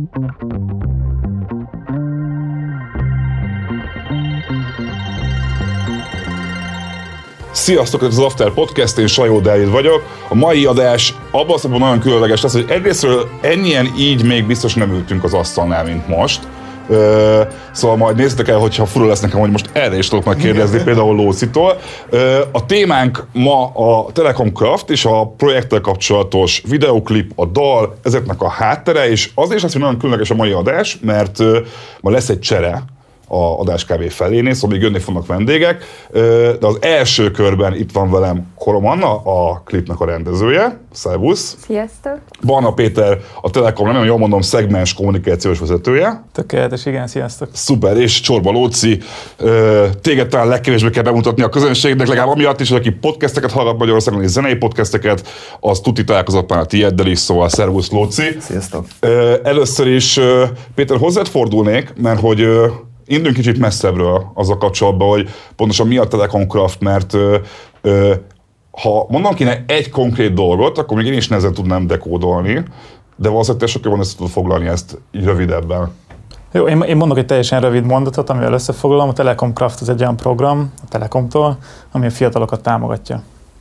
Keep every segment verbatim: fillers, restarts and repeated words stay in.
Sziasztok, ez az After Podcast, én Sajó Dávid vagyok. A mai adás abban a szemben nagyon különleges lesz, hogy egyrésztről ennyien így még biztos nem ültünk az asztalnál, mint most. Ö, szóval majd nézzétek el, hogyha fura lesz nekem, hogy most erre is tudok majd kérdezni, például Lócitól. Ö, a témánk ma a Telekom Craft és a projekttel kapcsolatos videóklip, a dal, ezeknek a háttere, és azért is lesz, hogy nagyon különleges a mai adás, mert ö, ma lesz egy csere a adás kb. Felénél, szóval még jönni fognak vendégek, de az első körben itt van velem Korom Anna, a klipnek a rendezője. Szervusz! Sziasztok! Barna Péter, a Telekom, nem jól mondom, szegmens kommunikációs vezetője. Tökéletes, igen, sziasztok! Szuper, és Csorba Lóci, téged talán legkevésbé kell bemutatni a közönségnek, legalább amiatt is, hogy aki podcasteket hallgat Magyarországon, és zenei podcasteket, az tuti találkozott már a tieddel is, szóval szervusz Lóci! Sziasztok! Először is Péter, hozzád fordulnék, mert hogy induljunk kicsit messzebbről azzal kapcsolatban, hogy pontosan mi a Telekom Craft, mert ö, ö, ha mondanom kéne egy konkrét dolgot, akkor még én is nehezen tudnám dekódolni, de valószínűleg te sokkal van össze tudod foglalni ezt így rövidebben. Jó, én, én mondok egy teljesen rövid mondatot, amivel összefoglalom. A Telekom Craft az egy olyan program a Telekomtól, ami a fiatalokat támogatja.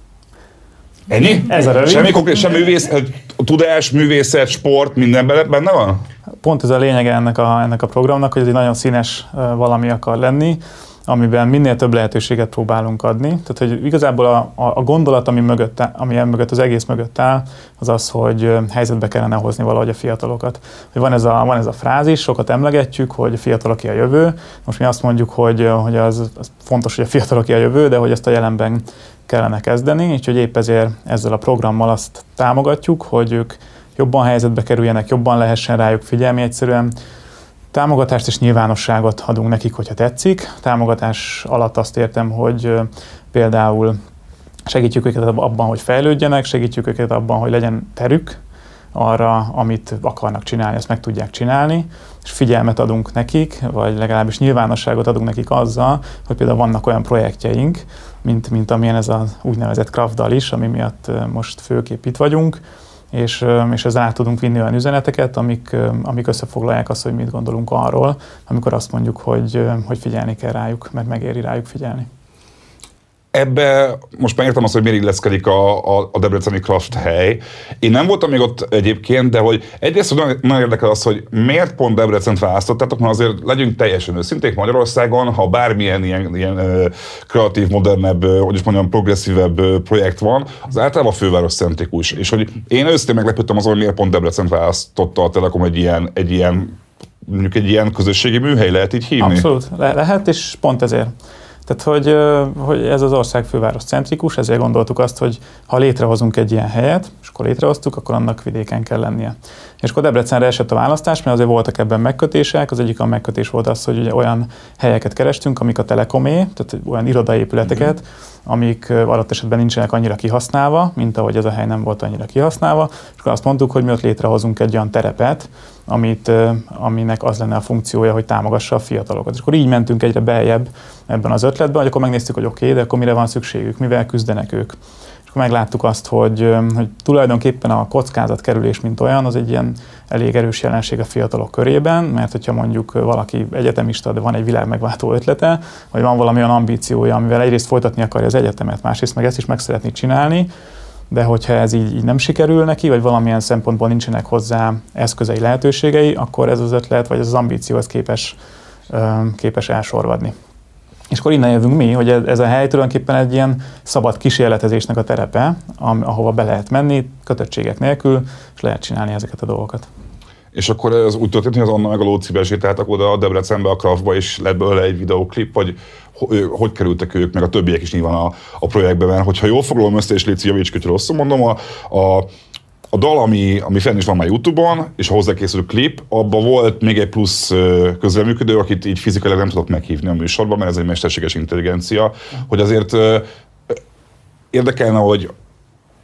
Ennyi? Ez a rövid. Semmi konkrét, sem művész, tudás, művészet, sport, minden benne van? Pont ez a lényege ennek a, ennek a programnak, hogy ez egy nagyon színes valami akar lenni, amiben minél több lehetőséget próbálunk adni. Tehát, hogy igazából a, a gondolat, ami, mögött, ami mögött, az egész mögött áll, az az, hogy helyzetbe kellene hozni valahogy a fiatalokat. Hogy van, ez a, van ez a frázis, sokat emlegetjük, hogy a fiataloké a jövő. Most mi azt mondjuk, hogy, hogy az, az fontos, hogy a fiataloké a jövő, de hogy ezt a jelenben kellene kezdeni, úgyhogy épp ezért ezzel a programmal azt támogatjuk, hogy ők jobban helyzetbe kerüljenek, jobban lehessen rájuk figyelni egyszerűen. Támogatást és nyilvánosságot adunk nekik, hogyha tetszik. Támogatás alatt azt értem, hogy például segítjük őket abban, hogy fejlődjenek, segítjük őket abban, hogy legyen terük arra, amit akarnak csinálni, ezt meg tudják csinálni, és figyelmet adunk nekik, vagy legalábbis nyilvánosságot adunk nekik azzal, hogy például vannak olyan projektjeink, mint, mint amilyen ez az úgynevezett Craft dal is, ami miatt most főképp itt vagyunk, és, és ezzel át tudunk vinni olyan üzeneteket, amik, amik összefoglalják azt, hogy mit gondolunk arról, amikor azt mondjuk, hogy, hogy figyelni kell rájuk, mert megéri rájuk figyelni. Ebbe most megértem azt, hogy miért illeszkedik a, a, a debreceni Craft hely. Én nem voltam még ott egyébként, de hogy egyrészt nagyon, nagyon érdekel az, hogy miért pont Debrecent választottátok, mert azért legyünk teljesen őszinték, Magyarországon, ha bármilyen ilyen, ilyen uh, kreatív, modernebb, uh, hogy is mondjam, progresszívebb uh, projekt van, az általában főváros centrikus. És hogy én őszintén meglepődtem azon, hogy miért pont Debrecent választotta a Telekom egy ilyen, egy ilyen, mondjuk egy ilyen közösségi műhely, lehet így hívni? Abszolút, Le- lehet, és pont ezért. Tehát, hogy, hogy ez az ország főváros centrikus, ezért gondoltuk azt, hogy ha létrehozunk egy ilyen helyet, és akkor létrehoztuk, akkor annak vidéken kell lennie. És akkor Debrecenre esett a választás, mert azért voltak ebben megkötések. Az egyik a megkötés volt az, hogy ugye olyan helyeket kerestünk, amik a Telekomé, tehát olyan irodaépületeket, amik adott esetben nincsenek annyira kihasználva, mint ahogy ez a hely nem volt annyira kihasználva. És akkor azt mondtuk, hogy mi ott létrehozunk egy olyan terepet, amit, aminek az lenne a funkciója, hogy támogassa a fiatalokat. És akkor így mentünk egyre beljebb ebben az ötletben, hogy akkor megnéztük, hogy oké, okay, de akkor mire van szükségük, mivel küzdenek ők. És akkor megláttuk azt, hogy, hogy tulajdonképpen a kockázatkerülés, mint olyan, az egy ilyen elég erős jelenség a fiatalok körében, mert hogyha mondjuk valaki egyetemista, de van egy világmegváltó ötlete, vagy van valami olyan ambíciója, amivel egyrészt folytatni akarja az egyetemet, másrészt meg ezt is meg szeretné csinálni, de hogyha ez így, így nem sikerül neki, vagy valamilyen szempontból nincsenek hozzá eszközei, lehetőségei, akkor ez az ötlet, vagy ez az ambíció az képes, képes elsorvadni. És akkor innen jövünk mi, hogy ez a hely tulajdonképpen egy ilyen szabad kísérletezésnek a terepe, ahova be lehet menni, kötöttségek nélkül, és lehet csinálni ezeket a dolgokat. És akkor ez úgy történt, hogy az Anna meg a Lóci besétáltak oda a Debrecenbe, a Craftba, és lett belőle egy videóklip, vagy hogy kerültek ők, meg a többiek is nyilván a, a projektben, mert hogyha jól foglalom össze, és Léci, javíts, hogyha rosszul mondom, a, a, a dal, ami, ami fenn is van már YouTube-on, és a hozzákészülő klip, abban volt még egy plusz közreműködő, akit így fizikailag nem tudok meghívni a műsorban, mert ez egy mesterséges intelligencia, hogy azért érdekelne, hogy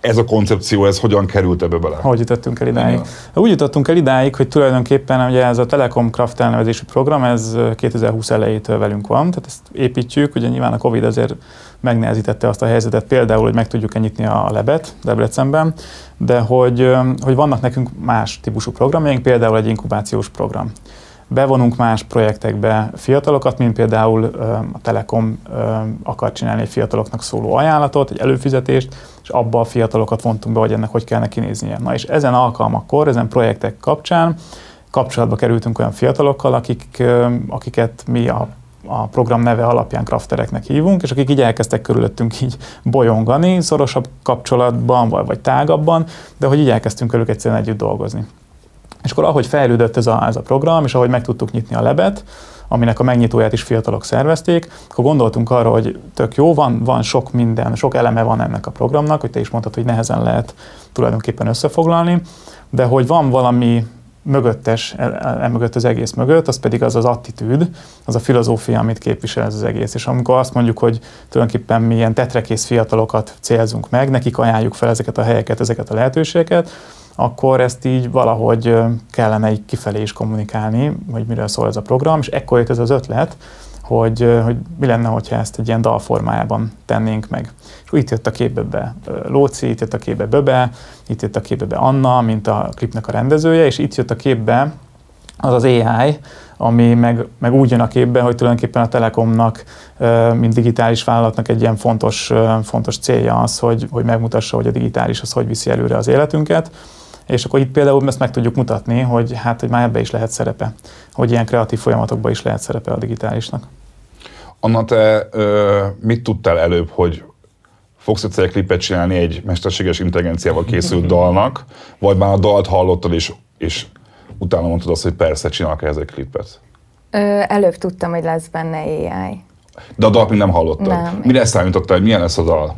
ez a koncepció, ez hogyan került ebbe bele? Hogy jutottunk el idáig? Igen. Úgy jutottunk el idáig, hogy tulajdonképpen ugye ez a Telekom Craft elnevezésű program, ez kétezer-húsz elejétől velünk van, tehát ezt építjük, ugye nyilván a Covid azért megnehezítette azt a helyzetet, például, hogy meg tudjuk nyitni a lebet Debrecenben, de hogy, hogy vannak nekünk más típusú programjaink, például egy inkubációs program. Bevonunk más projektekbe fiatalokat, mint például a Telekom akar csinálni egy fiataloknak szóló ajánlatot, egy előfizetést, és abba a fiatalokat vontunk be, hogy ennek hogy kellene kinéznie. Na és ezen alkalmakkor, ezen projektek kapcsán kapcsolatba kerültünk olyan fiatalokkal, akik, akiket mi a, a program neve alapján craftereknek hívunk, és akik így elkezdtek körülöttünk így bolyongani, szorosabb kapcsolatban, vagy, vagy tágabban, de hogy így elkezdtünk velük egyszerűen együtt dolgozni. És akkor ahogy fejlődött ez a, ez a program, és ahogy meg tudtuk nyitni a lebet, aminek a megnyitóját is fiatalok szervezték, akkor gondoltunk arra, hogy tök jó, van, van sok minden, sok eleme van ennek a programnak, hogy te is mondtad, hogy nehezen lehet tulajdonképpen összefoglalni, de hogy van valami mögöttes, emögött az egész mögött, az pedig az az attitűd, az a filozófia, amit képvisel ez az egész. És amikor azt mondjuk, hogy tulajdonképpen mi ilyen tetrekész fiatalokat célzunk meg, nekik ajánljuk fel ezeket a helyeket, ezeket a lehetőségeket, akkor ezt így valahogy kellene így kifelé is kommunikálni, hogy miről szól ez a program, és ekkor jött ez az ötlet, hogy, hogy mi lenne, hogyha ezt egy ilyen dalformájában tennénk meg. És itt jött a képbe be Lóci, itt jött a képbe Böbe, itt jött a képbe be Anna, mint a klipnek a rendezője, és itt jött a képbe az az á i, ami meg, meg úgy jön a képbe, hogy tulajdonképpen a Telekomnak, mint digitális vállalatnak egy ilyen fontos, fontos célja az, hogy, hogy megmutassa, hogy a digitális az hogy viszi előre az életünket. És akkor itt például ezt meg tudjuk mutatni, hogy hát, hogy már ebbe is lehet szerepe, hogy ilyen kreatív folyamatokban is lehet szerepe a digitálisnak. Anna, te ö, mit tudtál előbb, hogy fogsz egyszer egy klipet csinálni egy mesterséges intelligenciával készült dalnak, vagy már a dalt hallottad, és, és utána mondtad azt, hogy persze, csinálok ehhez egy klipet? Ö, előbb tudtam, hogy lesz benne á i. De a dalt még nem hallottad? Nem. Mire számítottál, hogy milyen lesz a dal?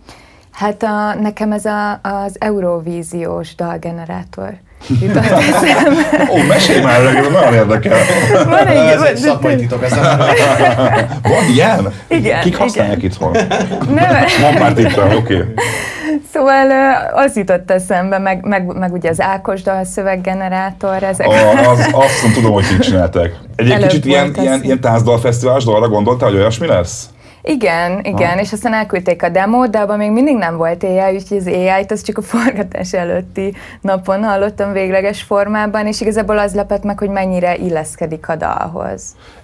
Hát a, nekem ez a, az Eurovíziós dalgenerátor jutott eszembe. Ó, mesélj már, ez nagyon érdekel. Van egy, ez egy szakmai titok eszembe. Van ilyen? Igen. Kik használják itthon? Nem. Mondd már tippel, oké. Okay. Szóval az jutott eszembe, meg, meg, meg ugye az Ákos dalszöveggenerátor. Ezek. A, az, azt nem tudom, hogy kik csinálták. Egy, egy kicsit ilyen, ilyen, ilyen tánzdalfesztivális dalra gondoltál, hogy olyasmi lesz? Igen, igen, ha. És aztán elküldték a demót, de abban még mindig nem volt á i, úgyhogy az á i-t az csak a forgatás előtti napon hallottam végleges formában, és igazából az lepett meg, hogy mennyire illeszkedik a dalhoz.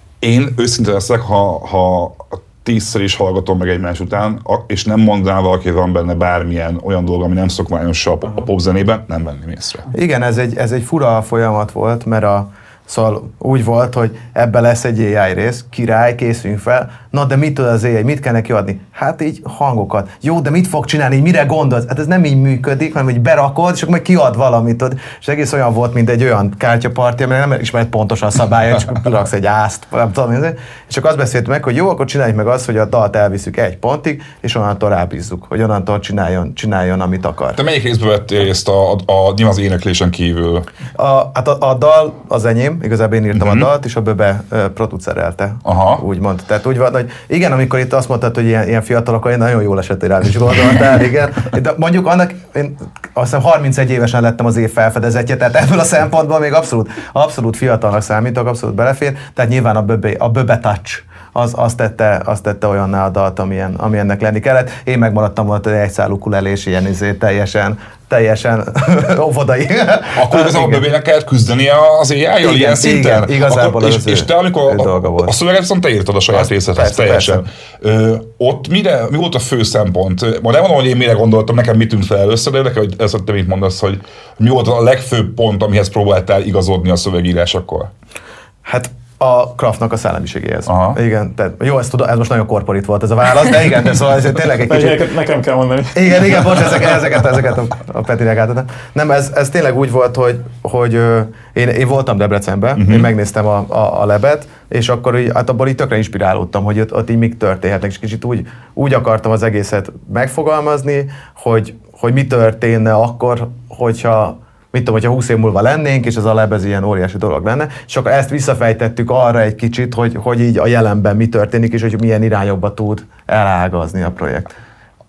Én őszinte leszek, ha, ha tízszer is hallgatom meg egymás után, és nem mondanál valaki, hogy van benne bármilyen olyan dolog, ami nem szokványos a, a popzenében, nem venném észre. Igen, ez egy, ez egy fura folyamat volt, mert a Szóval úgy volt, hogy ebbe lesz egy á i rész, király, készüljünk fel. Na, de mit tud az á i? Mit kell neki adni? Hát így hangokat. Jó, de mit fog csinálni? Mire gondolsz? Hát ez nem így működik, hanem hogy berakod, és akkor majd kiad valamit. Tudod? És egész olyan volt, mint egy olyan kártyaparti, amire nem ismered pontosan a szabályát, csak raksz egy ászt, nem tudom, és akkor azt beszéltük meg, hogy jó, akkor csináljuk meg azt, hogy a dalt elviszük egy pontig, és onnantól rábízzuk, hogy onnantól csináljon, csináljon, amit akar. Te melyik részbe vettél részt a, a, a, nyilván az éneklésen kívül? A, hát a, a dal az enyém, igazából én írtam uh-huh. a dalt, és a Böbe uh, producerelte, úgymond. Tehát úgy van, hogy igen, amikor itt azt mondtad, hogy ilyen, ilyen fiatalok, én nagyon jól esett rám is gondoltál, igen. De mondjuk annak, én azt hiszem harmincegy évesen lettem az év felfedezetje, tehát ebből a szempontból még abszolút, abszolút fiatalnak számítok, abszolút belefér, tehát nyilván a Böbe, a Böbe touch, az, az, tette, az tette olyanná a dalt, amilyen, ami ennek lenni kellett. Én megmaradtam volna, hogy egy szál ukulelés, ilyen izé, teljesen, teljesen óvodai. Akkor igazából Böbének kellett küzdenie az á i-jal ilyen szinten? Igen, igazából akkor, és, és te, amikor a, a szöveget viszont te írtad a saját részlethez teljesen. Ö, ott mire, mi volt a fő szempont? Majd elmondom, hogy én mire gondoltam, nekem mit tűnt fel először, de érdekel, hogy ezt te mit mondasz, hogy mi volt a legfőbb pont, amihez próbáltál igazodni a szövegírásakor? Hát a Craftnak a szellemiségéhez. Aha. Igen, tehát jó, ez, tudom, ez most nagyon korporit volt ez a válasz, de igen, de szóval ez tényleg egy kicsit... Nekem kell mondani. Igen, igen, most ezeket, ezeket, ezeket a, a Petinek átadom. Nem, ez, ez tényleg úgy volt, hogy, hogy én, én voltam Debrecenben, uh-huh. én megnéztem a, a, a lebet, és akkor így, hát abból így tökre inspirálódtam, hogy ott, ott így mik történhetnek, és kicsit úgy, úgy akartam az egészet megfogalmazni, hogy, hogy mi történne akkor, hogyha mit tudom, hogyha húsz év múlva lennénk, és ez a leb ez ilyen óriási dolog lenne, és akkor ezt visszafejtettük arra egy kicsit, hogy, hogy így a jelenben mi történik, és hogy milyen irányokba tud elágazni a projekt.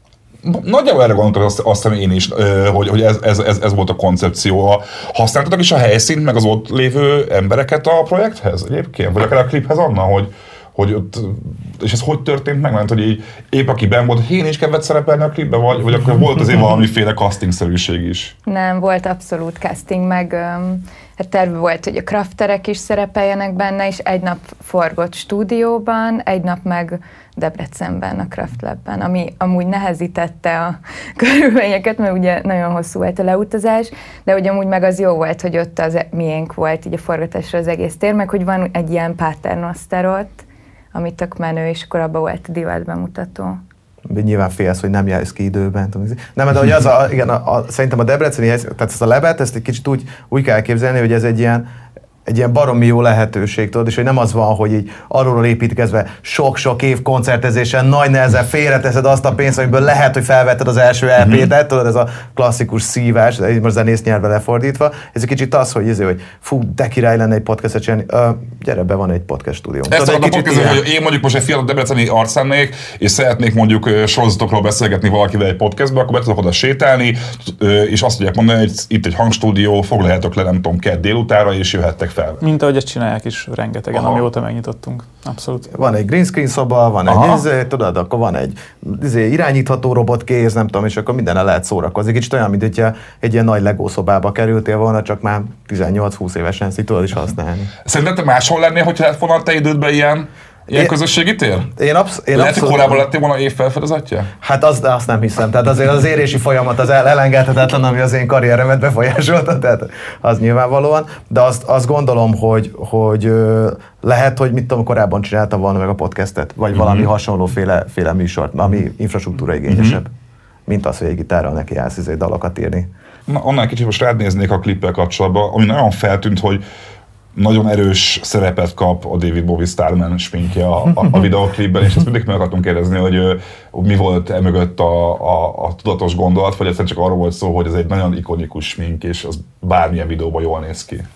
nagyjából erre gondoltam, azt, azt hiszem én is, hogy, hogy ez, ez, ez, ez volt a koncepció. Használtatok is a helyszínt, meg az ott lévő embereket a projekthez egyébként? Vagy akár a kliphez, Anna, hogy, hogy ott, és ez hogy történt meg? Mert hogy így, épp aki benn volt, én is kedvet szerepelni a klipbe, vagy, vagy akkor volt azért valamiféle castingszerűség is? Nem, volt abszolút casting, meg um, hát terve volt, hogy a crafterek is szerepeljenek benne, és egy nap forgott stúdióban, egy nap meg Debrecenben, a Craft Labben, ami amúgy nehezítette a körülményeket, mert ugye nagyon hosszú volt a leutazás, de ugye amúgy meg az jó volt, hogy ott az miénk volt így a forgatásra az egész tér, meg hogy van egy ilyen Paternoster ott, ami tök menő, és akkor abban volt a divat bemutató. Nyilván félsz, hogy nem jársz ki időben. Nem, de hogy az a, igen, a, a, szerintem a debreceni, tehát ezt a Labet, ezt egy kicsit úgy, úgy kell elképzelni, hogy ez egy ilyen, egy ilyen baromi jó lehetőség, tudod, és hogy nem az van, hogy így arról építkezve sok-sok év koncertezésen nagy nehezen félreteszed azt a pénzt, amiből lehet, hogy felvetted az első el pé-t, tudod, ez a klasszikus szívás, most zenész nyelvre lefordítva. Ez egy kicsit az, hogy, hogy fú, de király lenne egy podcastet csinálni. Uh, gyere be, van egy podcast stúdió. Ezt a podcast, hogy én mondjuk most egy fiatal debreceni arc lennék, és szeretnék mondjuk sorozatokról beszélgetni valakivel egy podcastban, akkor be tudok oda sétálni, és azt tudják mondani, hogy itt egy hangstúdió, foglaljátok le, nem tudom, kedd délutára, és jöhettek fel. Mint ahogy ezt csinálják is rengetegen, Aha. amióta megnyitottunk. Abszolút. Van egy green screen szoba, van Aha. egy, izé, tudod, akkor van egy izé, irányítható robotkéz, nem tudom, és akkor mindennel lehet szórakozni. Kicsit olyan, mint hogyha egy ilyen nagy Lego szobába kerültél volna, csak már tizennyolc-húsz évesen ezt tudod is használni. Szerinted te máshol lennél, hogyha lett volna te idődben ilyen? Ilyen én, közösségi tér? Én, absz- én Lehet, hogy korábban lettél volna év felfedezetje? Hát azt, azt nem hiszem. Tehát azért az érési folyamat az elengedhetetlen, ami az én karrieremet befolyásolta, tehát az nyilvánvalóan. De azt, azt gondolom, hogy, hogy lehet, hogy mit tudom, korábban csináltam volna meg a podcastet, vagy mm-hmm. valami hasonló féle, féle műsort, ami infrastruktúra igényesebb, mm-hmm. mint az, hogy egy gitárral neki állsz izé dalokat írni. Na, annál kicsit most rád néznék a klippel kapcsolatban, ami nagyon feltűnt, hogy nagyon erős szerepet kap a David Bowie Starman sminkje a, a, a videoklipben, és ezt mindig meg akartunk kérdezni, hogy, hogy mi volt emögött a, a, a tudatos gondolat, vagy egyszerűen csak arról volt szó, hogy ez egy nagyon ikonikus smink, és az bármilyen videóban jól néz ki.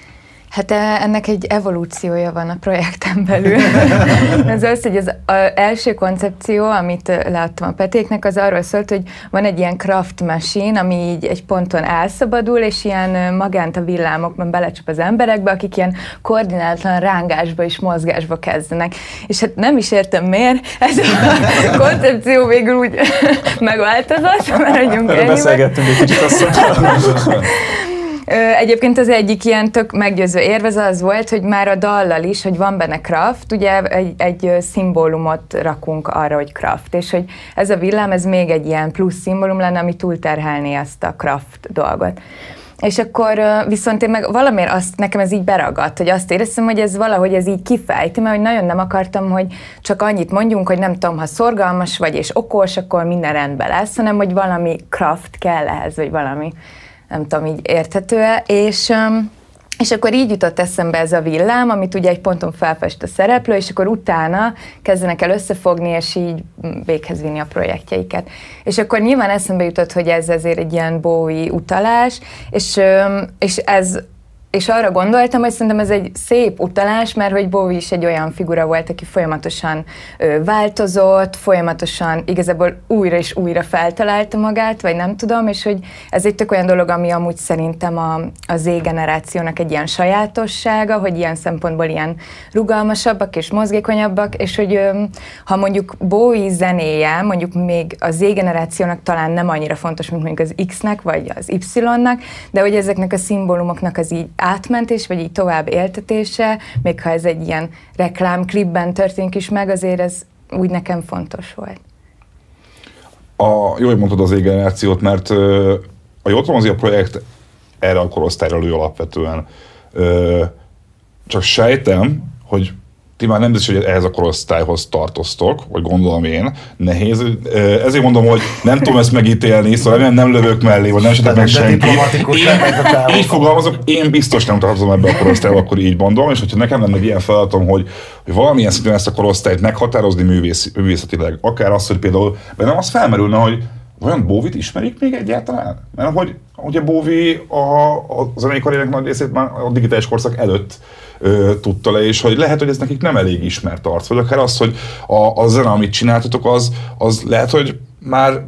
Hát ennek egy evolúciója van a projekten belül. Ez az, hogy az első koncepció, amit láttam a Petéknek, az arról szólt, hogy van egy ilyen craft machine, ami így egy ponton elszabadul, és ilyen magánt a villámokban belecsap az emberekbe, akik ilyen koordinálatlan rángásba és mozgásba kezdenek. És hát nem is értem miért, ez a koncepció végül úgy megváltozott, maradjunk ennyiben. Beszélgettünk egy kicsit azt. Egyébként az egyik ilyen tök meggyőző érvez az volt, hogy már a dallal is, hogy van benne craft, ugye egy, egy szimbólumot rakunk arra, hogy craft, és hogy ez a villám, ez még egy ilyen plusz szimbólum lenne, ami túlterhelné ezt a craft dolgot. És akkor viszont én meg valamiért azt, nekem ez így beragadt, hogy azt éreztem, hogy ez valahogy ez így kifejti, mert hogy nagyon nem akartam, hogy csak annyit mondjunk, hogy nem tudom, ha szorgalmas vagy és okos, akkor minden rendben lesz, hanem hogy valami craft kell ehhez, vagy valami, nem tudom, így érthető-e, és, és akkor így jutott eszembe ez a villám, amit ugye egy ponton felfest a szereplő, és akkor utána kezdenek el összefogni, és így véghez vinni a projektjeiket. És akkor nyilván eszembe jutott, hogy ez ezért egy ilyen Bowie utalás, és, és ez És arra gondoltam, hogy szerintem ez egy szép utalás, mert hogy Bowie is egy olyan figura volt, aki folyamatosan ö, változott, folyamatosan igazából újra és újra feltalálta magát, vagy nem tudom, és hogy ez egy tök olyan dolog, ami amúgy szerintem a, a Z-generációnak egy ilyen sajátossága, hogy ilyen szempontból ilyen rugalmasabbak és mozgékonyabbak, és hogy ö, ha mondjuk Bowie zenéje, mondjuk még a Z-generációnak talán nem annyira fontos, mint mondjuk az X-nek, vagy az Y-nak, de hogy ezeknek a szimbólumoknak az így átmentés, vagy így tovább éltetése, még ha ez egy ilyen reklámklipben történik is meg, azért ez úgy nekem fontos volt. A, jó, hogy mondtad az Z-generációt, mert ö, a Jótromozi a projekt erre a korosztályra lő alapvetően. Ö, csak sejtem, hogy ti már nem biztos, hogy ehhez a korosztályhoz tartoztok, vagy gondolom én, nehéz. Ezért mondom, hogy nem tudom ezt megítélni, szóval nem, nem lövök mellé, vagy nem esetek meg senki. Én, így fogalmazok, én biztos nem tartozom ebbe a korosztályba, akkor így mondom, és hogyha nekem lenne egy ilyen feladatom, hogy, hogy valamilyen szinten ezt a korosztályt meghatározni művész, művészetileg, akár azt, hogy például, bennem az felmerülne, hogy vajon Bowie-t ismerik még egyáltalán? Mert hogy ugye Bowie a, a zenei karriernek nagy részét már a digitális korszak előtt ö, tudta le, és hogy lehet, hogy ez nekik nem elég ismert arc, vagy akár az, hogy a, a zene, amit csináltatok, az, az lehet, hogy már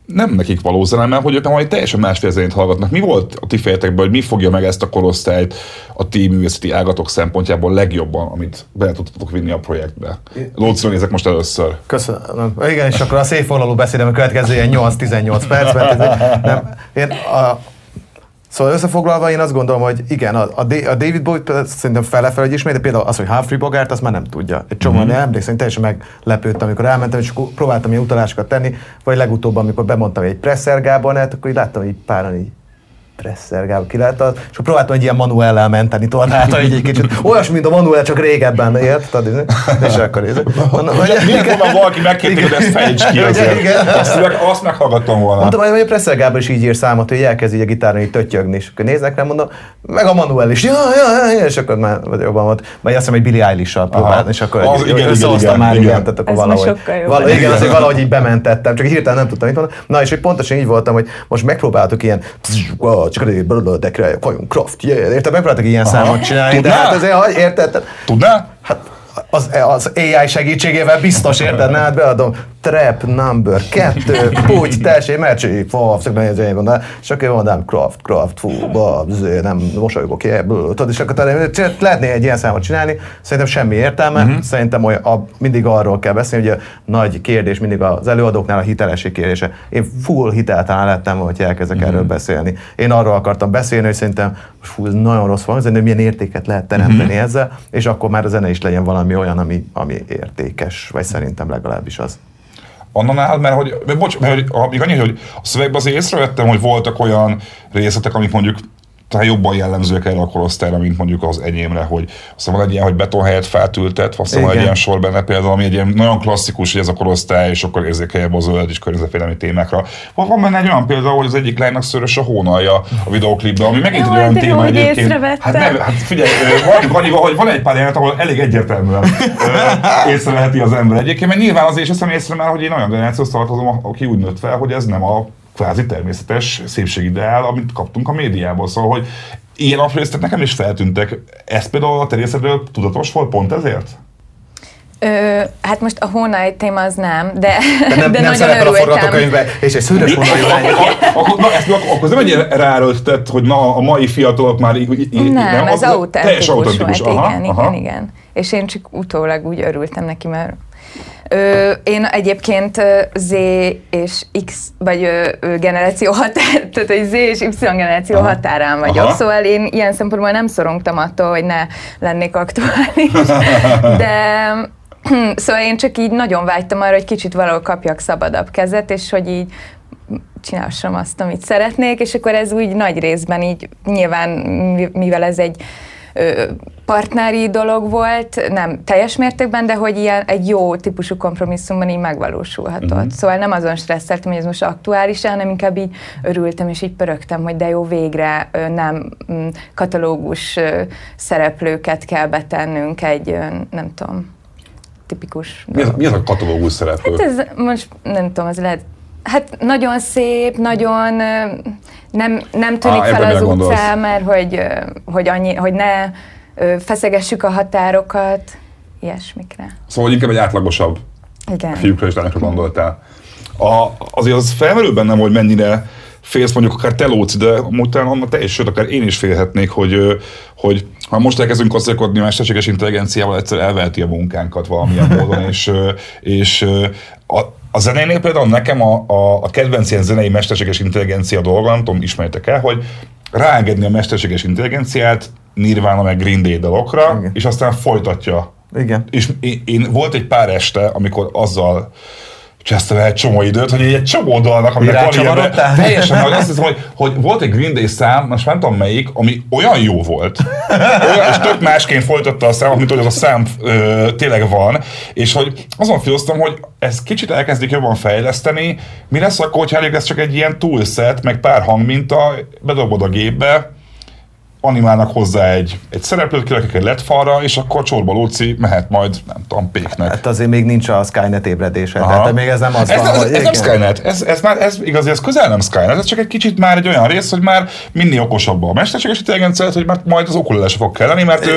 nem nekik való zene, mert hogy ők majd teljesen másféle zenét hallgatnak. Mi volt a ti fejetekben, hogy mi fogja meg ezt a korosztályt a ti művészeti ágatok szempontjából legjobban, amit bele tudtatok vinni a projektbe? Lócira nézek most először. Köszönöm. Igen, és akkor a szétfoglaló beszédem a következő ilyen nyolc-tizennyolc percben. Nem, én a, Szóval összefoglalva én azt gondolom, hogy igen, a, a David Bowie szerintem fele-fel, hogy ismét, de például az, hogy Humphrey Bogart, azt már nem tudja. Egy csomó, mm-hmm. emlékszem, teljesen meglepődtem, amikor elmentem, és próbáltam ilyen utalásokat tenni, vagy legutóbb, amikor bemondtam egy Presser Gábornát, akkor így láttam, hogy így páran így Presser Gábor kilátta, és akkor próbáltam egy ilyen manuellel menteni tornálta így egy kicsit. Olyas, mint a manuell, csak régebben ért, tudod, és akkor nézd. Miért volna valaki megkérték, hogy ezt fejtsd ki azért? Azt, azt meghallgattam volna. Mondtam, hogy a Presser Gábor is így ír számot, hogy elkezd így a gitáron így töttyögni, és akkor néznek rám, mondom, meg a manuell is, ja, ja, ja, és akkor már jobban volt. Vagy azt hiszem, egy Billie Eilish-sal próbáltam, és akkor összehoztam már igen, tehát akkor valahogy. Igen, azért valahogy így bementettem, csak hirtelen nem tudtam, mit mondani. Na, és hogy pontosan így voltam, hogy most megpróbáltuk ilyen csak de folyunk, Kraft, yeah. Érted, megpróbáltak ilyen Aha. számot csinálni, Tudná? De hát azért, érted? Tudná? Hát az, az á i segítségével biztos, érted? Na, hát beadom, trap number kettő, úgy, tessék, mercsé, fav, szökben nézni, mondani, és akkor mondom, Kraft, Kraft, fú, bab, nem, mosolygok, tudod, és akkor lehetné egy ilyen számot csinálni, szerintem semmi értelme, uh-huh. szerintem olyan, a, mindig arról kell beszélni, hogy a nagy kérdés mindig az előadóknál a hitelesség kérdése. Én full hiteltelen lettem, hogy elkezdek uh-huh. erről beszélni. Én arról akartam beszélni, hogy szerintem fú, ez nagyon rossz van, de milyen értéket lehet teremteni uh-huh. ezzel, és akkor már a zene is legyen valami olyan, ami, ami értékes, vagy szerintem legalábbis az. Annanál, mert hogy, bocs, mert hogy, még annyi, hogy a szövegben azért észrevettem, hogy voltak olyan részletek, amik mondjuk talán jobban jellemzőek erre a korosztályra, mint mondjuk az enyémre, hogy aztán van egy ilyen, hogy beton helyett feltültet, aztán van egy ilyen sor benne például, ami egy ilyen nagyon klasszikus, hogy ez a korosztály sokkal érzékenyebb a zöld és környezetvédelmi témákra. Van benne egy olyan példa, hogy az egyik lánynak szörös a hónalja a videóklipben, ami megint egy olyan téma egyébként. Hát, nem, hát figyelj, Ganyival, hogy van egy pár jelenet, ahol elég egyértelműen észreveheti az ember egyébként, mert nyilván azért is azt észre már, hogy én olyan generációhoz tartozom, aki úgy nőtt fel, hogy ez nem a kvázi természetes szépségideál, amit kaptunk a médiából. Szóval, hogy ilyen aprólésztek nekem is feltűntek. Ez például a természetről tudatos volt pont ezért? Ö, hát most a hónai téma az nem, de, de nem, de nem nagyon szerepel örültem. A forgatókönyvben, és egy szőrös hónai lány. Akkor ez nem egy ráerőltetett, hogy na, a mai fiatalok már így, így nem, nem, ez autentikus volt. Aha, igen, aha. igen, igen. És én csak utólag úgy örültem neki, mert Ö, én egyébként Z és X, vagy ö, ö, generáció határ, tehát hogy Z és Y generáció Aha. határán vagyok, Aha. szóval én ilyen szempontból nem szorongtam attól, hogy ne lennék aktuális, de szóval én csak így nagyon vágytam arra, hogy kicsit valahol kapjak szabadabb kezet, és hogy így csinálhassam azt, amit szeretnék, és akkor ez úgy nagy részben így nyilván, mivel ez egy partneri dolog volt, nem teljes mértékben, de hogy ilyen egy jó típusú kompromisszumban így megvalósulhatott. Uh-huh. Szóval nem azon stresszeltem, hogy ez most aktuális, hanem inkább így örültem és így pörögtem, hogy de jó, végre nem katalógus szereplőket kell betennünk egy, nem tudom, tipikus... Mi az, mi az a katalógus szereplő? Hát ez most, nem tudom, ez lehet Hát nagyon szép, nagyon nem, nem tűnik ah, fel az utcán, mert hogy, hogy, annyi, hogy ne feszegessük a határokat, ilyesmikre. Szóval inkább egy átlagosabb Igen. fiúkra és lányokra gondoltál. A, azért az felmerül bennem, hogy mennyire félsz mondjuk akár te, Lóci, de utána annak te is, sőt, akár én is félhetnék, hogy, hogy ha most elkezdünk kacérkodni a mesterséges intelligenciával, egyszer elveheti a munkánkat valamilyen módon, és, és a, a zenénél például nekem a, a, a kedvenc ilyen zenei mesterséges intelligencia dolga, nem tudom, ismertek el, hogy ráengedni a mesterséges intelligenciát Nirvana meg Green Day dalokra, Igen. és aztán folytatja. Igen. És én, én volt egy pár este, amikor azzal csesztem el egy csomó időt, hogy egy csomó dalnak, aminek van ilyen, teljesen, hogy azt hiszem, hogy, hogy volt egy Green Day szám, most nem tudom melyik, ami olyan jó volt, olyan, és tök másként folytatta a számot, mint hogy az a szám ö, tényleg van, és hogy azon filoztam, hogy ezt kicsit elkezdik jobban fejleszteni, mi lesz akkor, hogyha elég lesz csak egy ilyen toolset, meg pár hangminta, bedobod a gépbe, animálnak hozzá egy, egy szereplőt, kirakják egy led falra, és akkor Csorba Lóci mehet majd, nem tudom, péknek. Hát azért még nincs a Skynet ébredése, Aha. tehát még ez nem az ez, van, ez, hogy... Ez nem Skynet, ez, ez már, ez igazi, ez közel nem Skynet, ez csak egy kicsit már egy olyan rész, hogy már minél okosabb a mesterséges intelligencia, hogy már majd az okulele se fog kelleni, mert ő...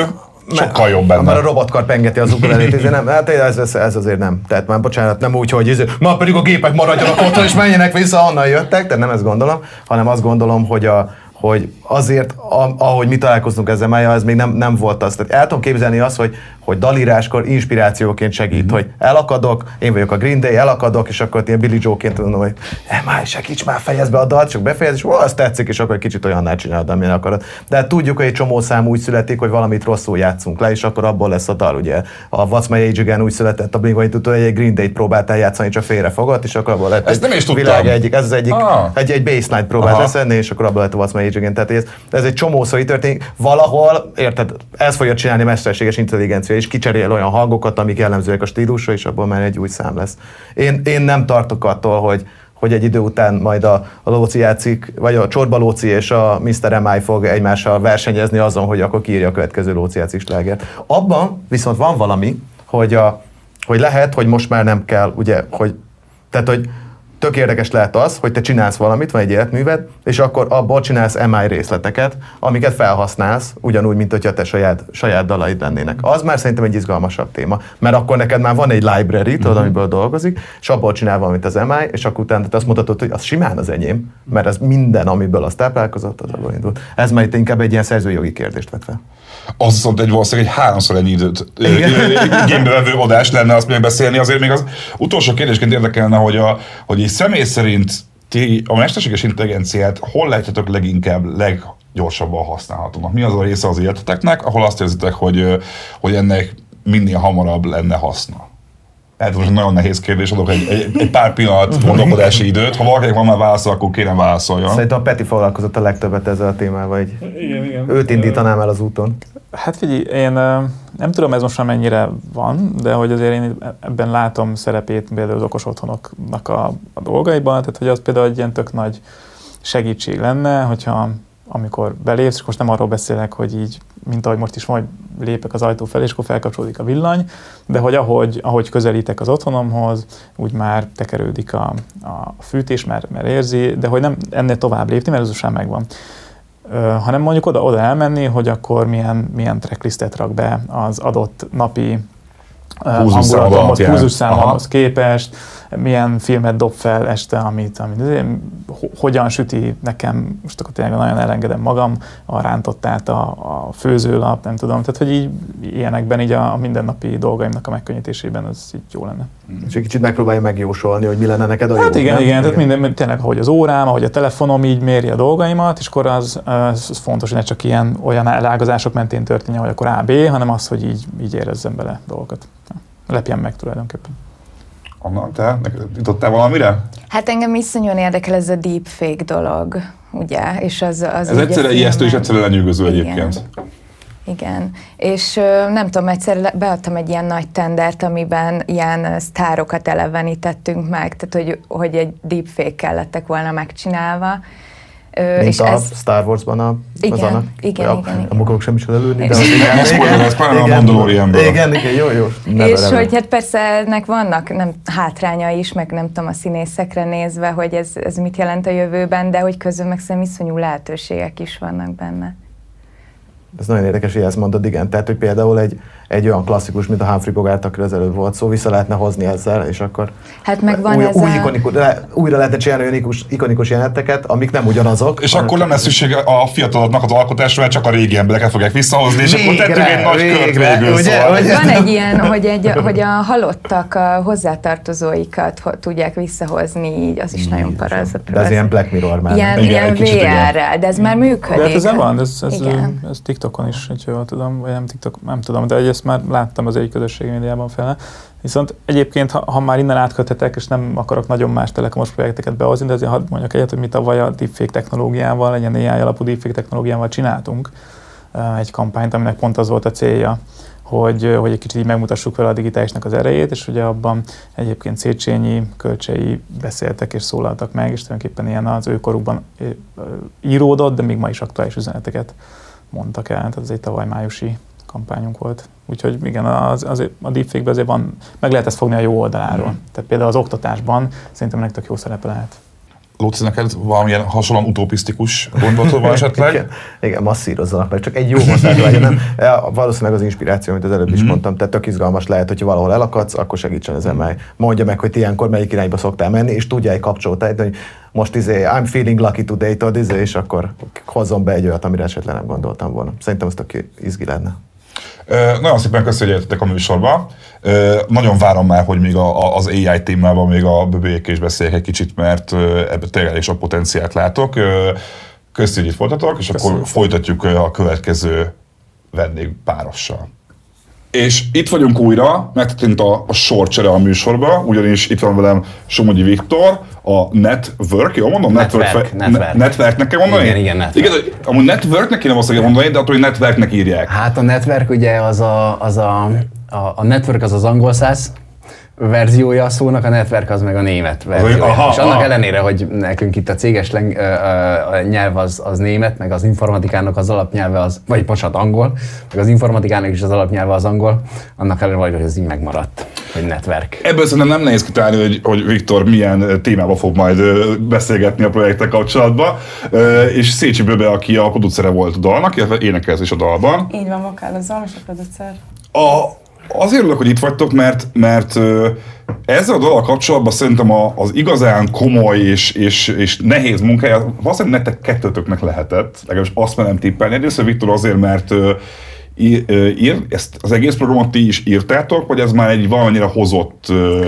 sokkal jobb benne. Már a robotkar pengeti az ukulelét, nem, hát ez, ez, ez azért nem. Tehát már bocsánat, nem úgy, hogy ez, már pedig a gépek maradjanak otthon és menjenek vissza, onnan jöttek, tehát nem ezt gondolom, hanem azt gondolom, hogy a hogy azért, ahogy mi találkoztunk ezzel mája, ez még nem, nem volt az. Tehát el tudom képzelni azt, hogy, hogy dalíráskor inspirációként segít, mm-hmm. hogy elakadok, én vagyok a Green Day, elakadok, és akkor ilyen Billy Joe-ként mondom, hogy már segíts már, fejezd be a dalt, csak befejez, és ó, azt tetszik, és akkor egy kicsit olyanná csinálod, amilyen akarod. De hát tudjuk, hogy egy csomó szám úgy születik, hogy valamit rosszul játszunk le, és akkor abból lesz a dal, ugye. A What's My Age Again úgy született, a Blink tudod, hogy egy Green Day-t próbáltál játszani, csak félrefogott, és akkor abból lett ezt nem is világ egyik, ez az egyik, ah. egy, egy bassline próbált leszenni, és akkor abból lett a What's My Age Again. Tehát ez, ez egy csomószor így történik. Valahol, érted, ez fogja csinálni mesterséges intelligencia, és kicserél olyan hangokat, amik jellemzőek a stílusra, és abból már egy új szám lesz. Én, én nem tartok attól, hogy, hogy egy idő után majd a, a Lóci játszik, vagy a Csorba Lóci és a miszter em i fog egymással versenyezni azon, hogy akkor kiírja a következő Lóci játszik slágert. Abban viszont van valami, hogy, a, hogy lehet, hogy most már nem kell, ugye, hogy, tehát, hogy tök érdekes lehet az, hogy te csinálsz valamit, van egy életműved, és akkor abból csinálsz em i részleteket, amiket felhasználsz, ugyanúgy, mint hogyha te saját, saját dalaid lennének. Az már szerintem egy izgalmasabb téma, mert akkor neked már van egy library, tudod, mm-hmm. amiből dolgozik, és abból csinál valamit az em i, és akkor utána te azt mutatod, hogy az simán az enyém, mert ez minden, amiből az táplálkozott, az abból indult. Ez már itt inkább egy ilyen szerzőjogi kérdést vet fel. Az viszont egy valószínűleg egy háromszor ennyi időt igénybe vevő adás lenne azt még beszélni. Azért még az utolsó kérdésként érdekelne, hogy, a, hogy egy személy szerint ti a mesterséges intelligenciát hol lehetjátok leginkább, leggyorsabban használhatónak? Mi az a része az életeteknek, ahol azt érzitek, hogy, hogy ennek minél hamarabb lenne haszna? Hát most nagyon nehéz kérdés, adok egy, egy, egy pár pillanat gondolkodási időt. Ha valakinek van már válaszol, akkor kérem válaszoljon. Szerintem a Peti foglalkozott a legtöbbet ezzel a témával, hogy igen, igen. Őt indítanám el az úton. Hát figyelj, én nem tudom, ez most már mennyire van, de hogy azért én ebben látom szerepét például az okos otthonoknak a, a dolgaiban, tehát hogy az például egy ilyen tök nagy segítség lenne, hogyha amikor belépsz, és most nem arról beszélek, hogy így, mint ahogy most is majd lépek az ajtó felé, és akkor felkapcsolódik a villany, de hogy ahogy, ahogy közelítek az otthonomhoz, úgy már tekerődik a, a fűtés, mert, mert érzi, de hogy nem ennél tovább lépni, mert ez sem megvan. Ö, hanem mondjuk oda, oda elmenni, hogy akkor milyen, milyen tracklistet rak be az adott napi hangulatomhoz, pulzusszámomhoz képest, milyen filmet dob fel este, amit, amit hogyan süti nekem, most akkor tényleg nagyon elengedem magam, a rántottát, a, a főzőlap, nem tudom, tehát hogy így ilyenekben így a, a mindennapi dolgaimnak a megkönnyítésében ez így jó lenne. És egy kicsit megpróbálja megjósolni, hogy mi lenne neked a jó. Hát igen, nem? igen, tehát minden, tényleg, ahogy az órám, ahogy a telefonom így méri a dolgaimat, és akkor az, az fontos, hogy ne csak ilyen olyan elágazások mentén történjen, hogy akkor á bé, hanem az, hogy így, így érezzem bele dolgokat. Lepjen meg tulajdonképpen. Anna, te jutottál valamire? Hát engem iszonyúan érdekel ez a deepfake dolog, ugye? És az, az ez egyszerre ijesztő és egyszerre lenyűgöző egyébként. Igen, és nem tudom, egyszer beadtam egy ilyen nagy tendert, amiben ilyen sztárokat elevenítettünk meg, tehát hogy, hogy egy deepfake-kel lettek volna megcsinálva. Mint és a ez... Star Wars-ban a... Igen, a, igen, a, igen, igen. Nem akarok sem is előlni, de... Igen, ez például a Mandalorianből. Igen, igen, jó, jó. És hogy hát persze ennek vannak nem, hátrányai is, meg nem tudom a színészekre nézve, hogy ez, ez mit jelent a jövőben, de hogy közben meg szerintem iszonyú lehetőségek is vannak benne. Ez nagyon érdekes, hogy ezt mondod, igen. Tehát, hogy például egy, egy olyan klasszikus, mint a Humphrey Bogart, akiről az előbb volt szó, vissza lehetne hozni ezzel, és akkor hát meg van új, ez új a... ikonikus, újra lehetne csinálni olyan ikonikus, ikonikus jeleneteket, amik nem ugyanazok. És akkor nem lesz szükség a fiataloknak az alkotásra, mert csak a régi embereket fogják visszahozni, és végre, akkor tettünk egy nagy kört végül. Ugye, szóval. Ugye? Van egy ilyen, hogy, egy, hogy a halottak a hozzátartozóikat ho, tudják visszahozni, így az is mm, nagyon parazat. De ez ilyen Black Mirror már. Ilyen, ilyen vé er-rel, de ez már működik. De hát ez van, ez, ez, ez TikTokon is, hogy jól tudom, vagy nem TikTok, nem tudom, de ezt már láttam az egyik közösségi médiában fel. Viszont egyébként, ha, ha már innen átköthetek, és nem akarok nagyon más telekomos projekteket behozni, de azért hadd mondjak egyet, hogy mi tavaly a deepfake technológiával, egy ilyen á i alapú deepfake technológiával csináltunk egy kampányt, aminek pont az volt a célja, hogy, hogy egy kicsit így megmutassuk vele a digitálisnak az erejét, és ugye abban egyébként Széchenyi, Kölcsei beszéltek és szólaltak meg, és tulajdonképpen ilyen az ő korukban íródott, de még ma is aktuális üzeneteket mondtak el, tehát ez egy tavaly májusi kampányunk volt. Úgyhogy igen, az, az, a deepfake-ben azért van, meg lehet ezt fogni a jó oldaláról. Mm. Tehát például az oktatásban szerintem ennek tök jó szerepe lehet. Lóci, neked valamilyen hasonlóan utopisztikus gondolatod van esetleg? igen, igen, masszírozzanak meg, csak egy jó ország legyen, nem? Valószínűleg az inspiráció, amit az előbb is mm-hmm. mondtam, tehát tök izgalmas lehet, hogyha valahol elakadsz, akkor segítsen ezen meg. Mondja meg, hogy ti ilyenkor melyik irányba szoktál menni, és tudja egy kapcsolót, hogy most izé, I'm feeling lucky today, tudod, izé, és akkor hozzon be egy olyat, amire esetleg nem gondoltam volna. Szerintem ez tök izgi lenne. Uh, nagyon szépen köszönjük, hogy jöttetek a műsorba. Uh, nagyon várom már, hogy még a, a, az á i témában még a böbélyekkel is beszéljek egy kicsit, mert uh, ebben tényleg elég sok potenciált látok. Uh, köszönjük, hogy itt voltatok, és Köszönöm. Akkor folytatjuk a következő vendégpárossal. És itt vagyunk újra, megtörtént a, a sorcsere a műsorba, ugyanis itt van velem Somogyi Viktor, a Network, jól mondom? Network, network, network. Networknek kell mondani? Igen, igen, network. Igen, amúgy Networknek kéne azt mondani, de attól, hogy Networknek írják. Hát a Network ugye az a, az a, a, a Network az az angol száz verziója a szónak, a network az meg a német verziója. Aha, és annak aha. ellenére, hogy nekünk itt a céges leng, ö, ö, nyelv az, az német, meg az informatikának az alapnyelve az, vagy bocsánat, angol, meg az informatikának is az alapnyelve az angol, annak ellenére, hogy ez így megmaradt, hogy network. Ebből szerintem nem nehéz kitálni, hogy, hogy Viktor milyen témába fog majd beszélgetni a projektek kapcsolatban, és Szécsi Böbe, aki a producere volt a dalnak, illetve énekelsz is a dalban. Így van, Vokál az a producer. A Azért örülök, hogy itt vagytok, mert, mert ezzel a dallal kapcsolatban szerintem az igazán komoly és, és, és nehéz munkája valószínűleg nektek kettőtöknek lehetett, legalábbis azt merem tippelni. Egyrészt Viktor azért, mert ír, ír, ezt az egész programot ti is írtátok, vagy ez már egy valamelyre hozott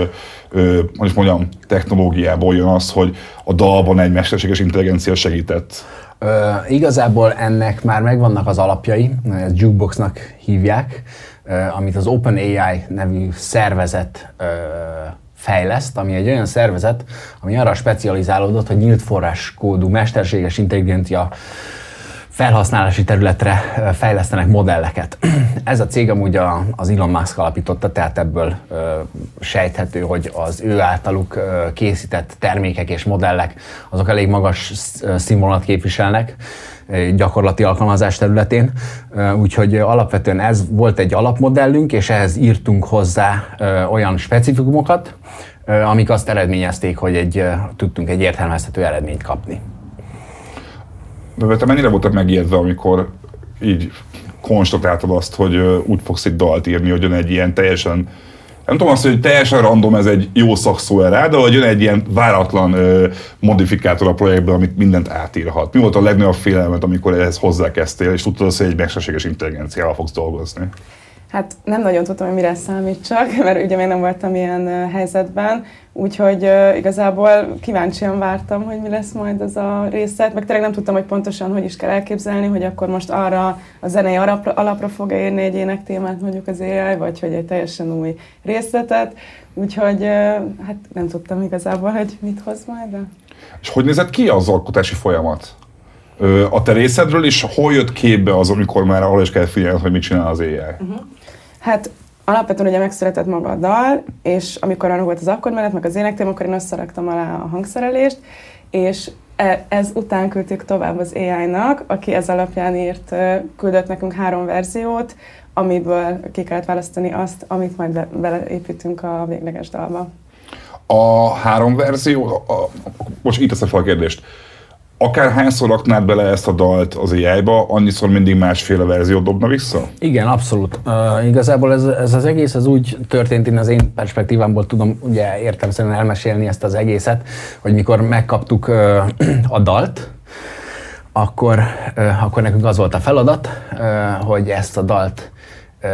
hogy is mondjam, technológiából jön az, hogy a dalban egy mesterséges intelligencia segített? Ö, igazából ennek már megvannak az alapjai, ezt Jukeboxnak hívják, amit az OpenAI nevű szervezet ö, fejleszt, ami egy olyan szervezet, ami arra specializálódott, hogy nyílt forráskódú mesterséges intelligencia felhasználási területre fejlesztenek modelleket. Ez a cég amúgy a, az Elon Musk alapította, tehát ebből ö, sejthető, hogy az ő általuk ö, készített termékek és modellek azok elég magas színvonalat képviselnek gyakorlati alkalmazás területén. Úgyhogy alapvetően ez volt egy alapmodellünk, és ehhez írtunk hozzá olyan specifikumokat, amik azt eredményezték, hogy egy, tudtunk egy értelmezhető eredményt kapni. De te mennyire voltak megijedve, amikor így konstatáltad azt, hogy úgy fogsz egy dalt írni, hogy jön egy ilyen teljesen, nem tudom azt, hogy teljesen random, ez egy jó szakszó rá, de hogy jön egy ilyen váratlan ö, modifikátor a projektben, amit mindent átírhat. Mi volt a legnagyobb félelmet, amikor ehhez hozzákezdtél, és tudtad azt, hogy egy mesterséges intelligenciával fogsz dolgozni? Hát nem nagyon tudtam, hogy mire számítsak, mert ugye még nem voltam ilyen uh, helyzetben, úgyhogy uh, igazából kíváncsian vártam, hogy mi lesz majd az a részlet, meg tényleg nem tudtam, hogy pontosan hogy is kell elképzelni, hogy akkor most arra a zenei alapra, alapra fog írni egy énektémát mondjuk az á i, vagy hogy egy teljesen új részletet, úgyhogy uh, hát nem tudtam igazából, hogy mit hoz majd. De... És hogy nézett ki az alkotási folyamat? A te részedről is hol jött képbe az, amikor már arra is kell figyelned, hogy mit csinál az á i? Uh-huh. Hát alapvetően ugye megszületett maga a dal, és amikor arra volt az akkordmenet, meg az énektém, akkor én összeraktam alá a hangszerelést, és ez után küldtük tovább az á i-nak, aki ez alapján írt, küldött nekünk három verziót, amiből ki kellett választani azt, amit majd be, beleépítünk a végleges dalba. A három verzió, a, a, most itt teszem fel a kérdést. Akárhányszor raknád bele ezt a dalt az á i-ba, annyiszor mindig másféle verziót dobna vissza? Igen, abszolút. Uh, igazából ez, ez az egész az úgy történt, én az én perspektívámból tudom ugye értelemszerűen elmesélni ezt az egészet, hogy mikor megkaptuk uh, a dalt, akkor, uh, akkor nekünk az volt a feladat, uh, hogy ezt a dalt uh,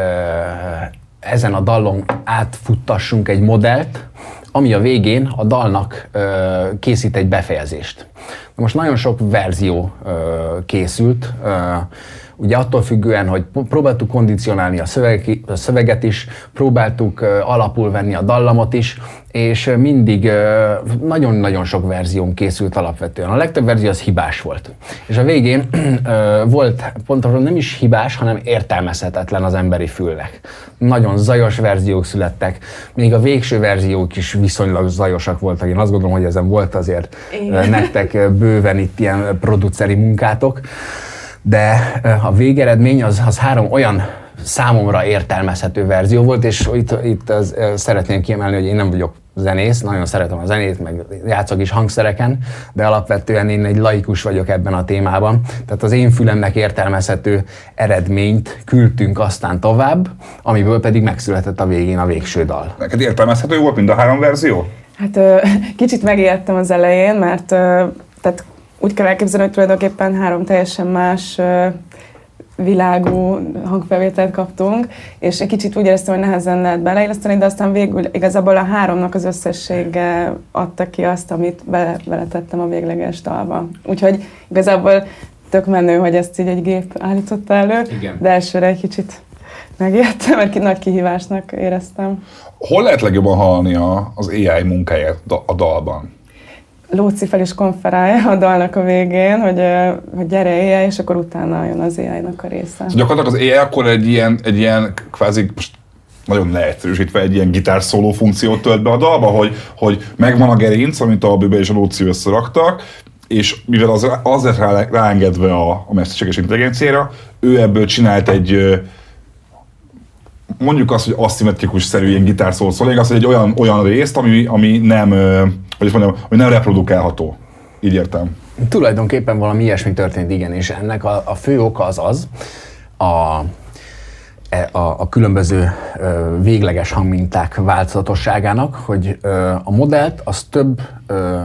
ezen a dallon átfuttassunk egy modellt, ami a végén a dalnak ö, készít egy befejezést. Most nagyon sok verzió ö, készült, ö, ugye attól függően, hogy próbáltuk kondicionálni a, szöveg, a szöveget is, próbáltuk ö, alapul venni a dallamot is, és mindig nagyon-nagyon sok verzión készült alapvetően. A legtöbb verzió az hibás volt. És a végén ö, volt, pontosan nem is hibás, hanem értelmezhetetlen az emberi fülnek. Nagyon zajos verziók születtek, még a végső verziók is viszonylag zajosak voltak. Én azt gondolom, hogy ezen volt azért Igen. nektek bőven itt ilyen produceri munkátok, de a végeredmény az, az három olyan számomra értelmezhető verzió volt, és itt, itt az, szeretném kiemelni, hogy én nem vagyok zenész, nagyon szeretem a zenét, meg játszok is hangszereken, de alapvetően én egy laikus vagyok ebben a témában. Tehát az én fülemnek értelmezhető eredményt küldtünk aztán tovább, amiből pedig megszületett a végén a végső dal. Neked értelmezhető volt mind a három verzió? Hát kicsit megijedtem az elején, mert tehát úgy kell elképzelni, hogy tulajdonképpen három teljesen más világú hangfelvételt kaptunk, és egy kicsit úgy éreztem, hogy nehezen lehet beleilleszteni, de aztán végül igazából a háromnak az összessége adta ki azt, amit bele, beletettem a végleges dalba. Úgyhogy igazából tök menő, hogy ezt így egy gép állította elő, igen. De elsőre egy kicsit megijedtem, mert nagy kihívásnak éreztem. Hol lehet legjobban hallani a, az á i munkáját a dalban? Lóci fel is konferálja a dalnak a végén, hogy, hogy gyere á i, és akkor utána jön az á i-nak a része. Szóval gyakorlatilag az á i akkor egy ilyen, egy ilyen kvázi, most nagyon leegyszerűsítve, egy ilyen gitárszóló funkciót tölt be a dalba, hogy, hogy megvan a gerinc, amit a Böbe és a Lóci összeraktak, és mivel az, az lett rá, ráengedve a, a mesterséges intelligenciára, ő ebből csinált egy, mondjuk azt, hogy aszimmetrikus-szerű ilyen gitárszóló, szóval az, hogy egy olyan, olyan részt, ami, ami nem, hogy mondjam, ami nem reprodukálható. Így értem. Tulajdonképpen valami ilyesmi történt, igen, és ennek a, a fő oka az az, a, a, a különböző ö, végleges hangminták változatosságának, hogy ö, a modellt az több ö,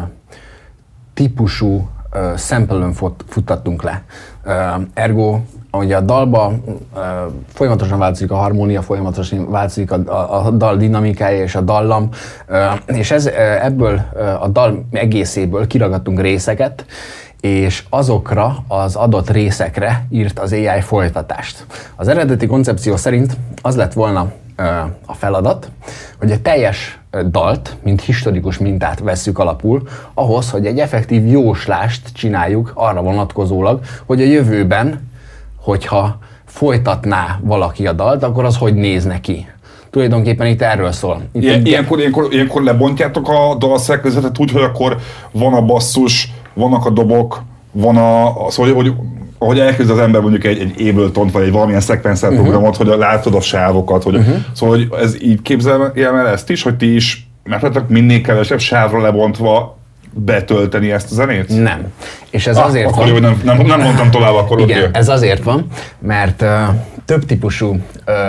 típusú ö, sample-ön fut, futtattunk le. Ö, ergo, ugye a dalba uh, folyamatosan változik a harmónia, folyamatosan változik a, a, a dal dinamikája és a dallam, uh, és ez, uh, ebből uh, a dal egészéből kiragadtunk részeket, és azokra az adott részekre írt az á i folytatást. Az eredeti koncepció szerint az lett volna uh, a feladat, hogy egy teljes dalt, mint historikus mintát vesszük alapul, ahhoz, hogy egy effektív jóslást csináljuk arra vonatkozólag, hogy a jövőben, hogyha folytatná valaki a dalt, akkor az hogy néz neki. Tulajdonképpen itt erről szól. Itt Ilyen, ilyenkor, ilyenkor, ilyenkor lebontjátok a dalszerkezetet úgy, hogy akkor van a basszus, vannak a dobok, van a... Szóval, hogy, ahogy elkezd az ember mondjuk egy, egy Ableton-t, vagy egy valamilyen szekvenszer uh-huh. programot, hogy látod a sávokat, hogy, uh-huh. szóval hogy ez így képzeljem el ezt is, hogy ti is meglehetek minél kevesebb sávra lebontva betölteni ezt a zenét? Nem. És ez ah, azért akkor van... Jó, nem, nem, nem mondtam tovább, akkor igen, okay. Ez azért van, mert uh, több típusú uh,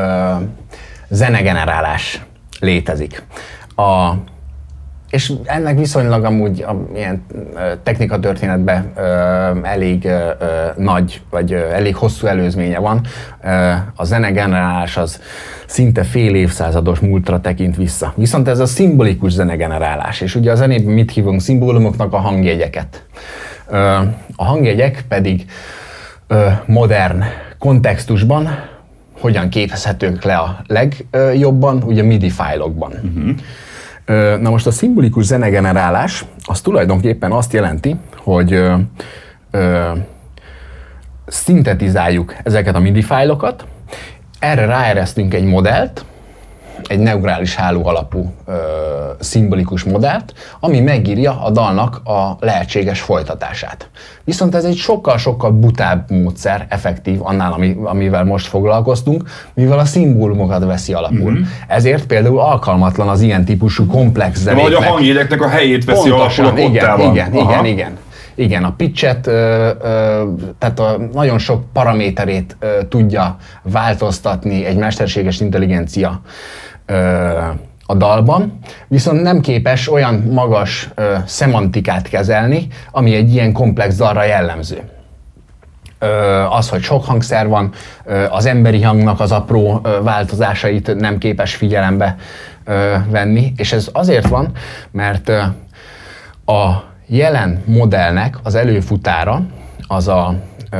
zenegenerálás létezik. A, és ennek viszonylag amúgy a, ilyen uh, technikatörténetben uh, elég uh, nagy, vagy uh, elég hosszú előzménye van. Uh, a zenegenerálás az szinte fél évszázados múltra tekint vissza. Viszont ez a szimbolikus zenegenerálás, és ugye a zenében mit hívunk szimbólumoknak? A hangjegyeket. Uh, a hangjegyek pedig uh, modern kontextusban hogyan képezhetők le a legjobban? Ugye MIDI fájlokban. Uh-huh. Na most a szimbolikus zenegenerálás az tulajdonképpen azt jelenti, hogy ö, ö, szintetizáljuk ezeket a MIDI fájlokat, erre ráeresztünk egy modellt, egy neurális háló alapú ö, szimbolikus modellt, ami megírja a dalnak a lehetséges folytatását. Viszont ez egy sokkal-sokkal butább módszer, effektív annál, ami, amivel most foglalkoztunk, mivel a szimbólumokat veszi alapul. Mm-hmm. Ezért például alkalmatlan az ilyen típusú komplex zenéknek. Vagy a hangjegyeknek a helyét veszi pontosan, alapul a kottában. Igen, igen, igen, igen. Igen, a pitchet, ö, ö, tehát a nagyon sok paraméterét ö, tudja változtatni egy mesterséges intelligencia ö, a dalban, viszont nem képes olyan magas ö, szemantikát kezelni, ami egy ilyen komplex dalra jellemző. Ö, az, hogy sok hangszer van, ö, az emberi hangnak az apró ö, változásait nem képes figyelembe ö, venni, és ez azért van, mert ö, a jelen modellnek az előfutára az a ö,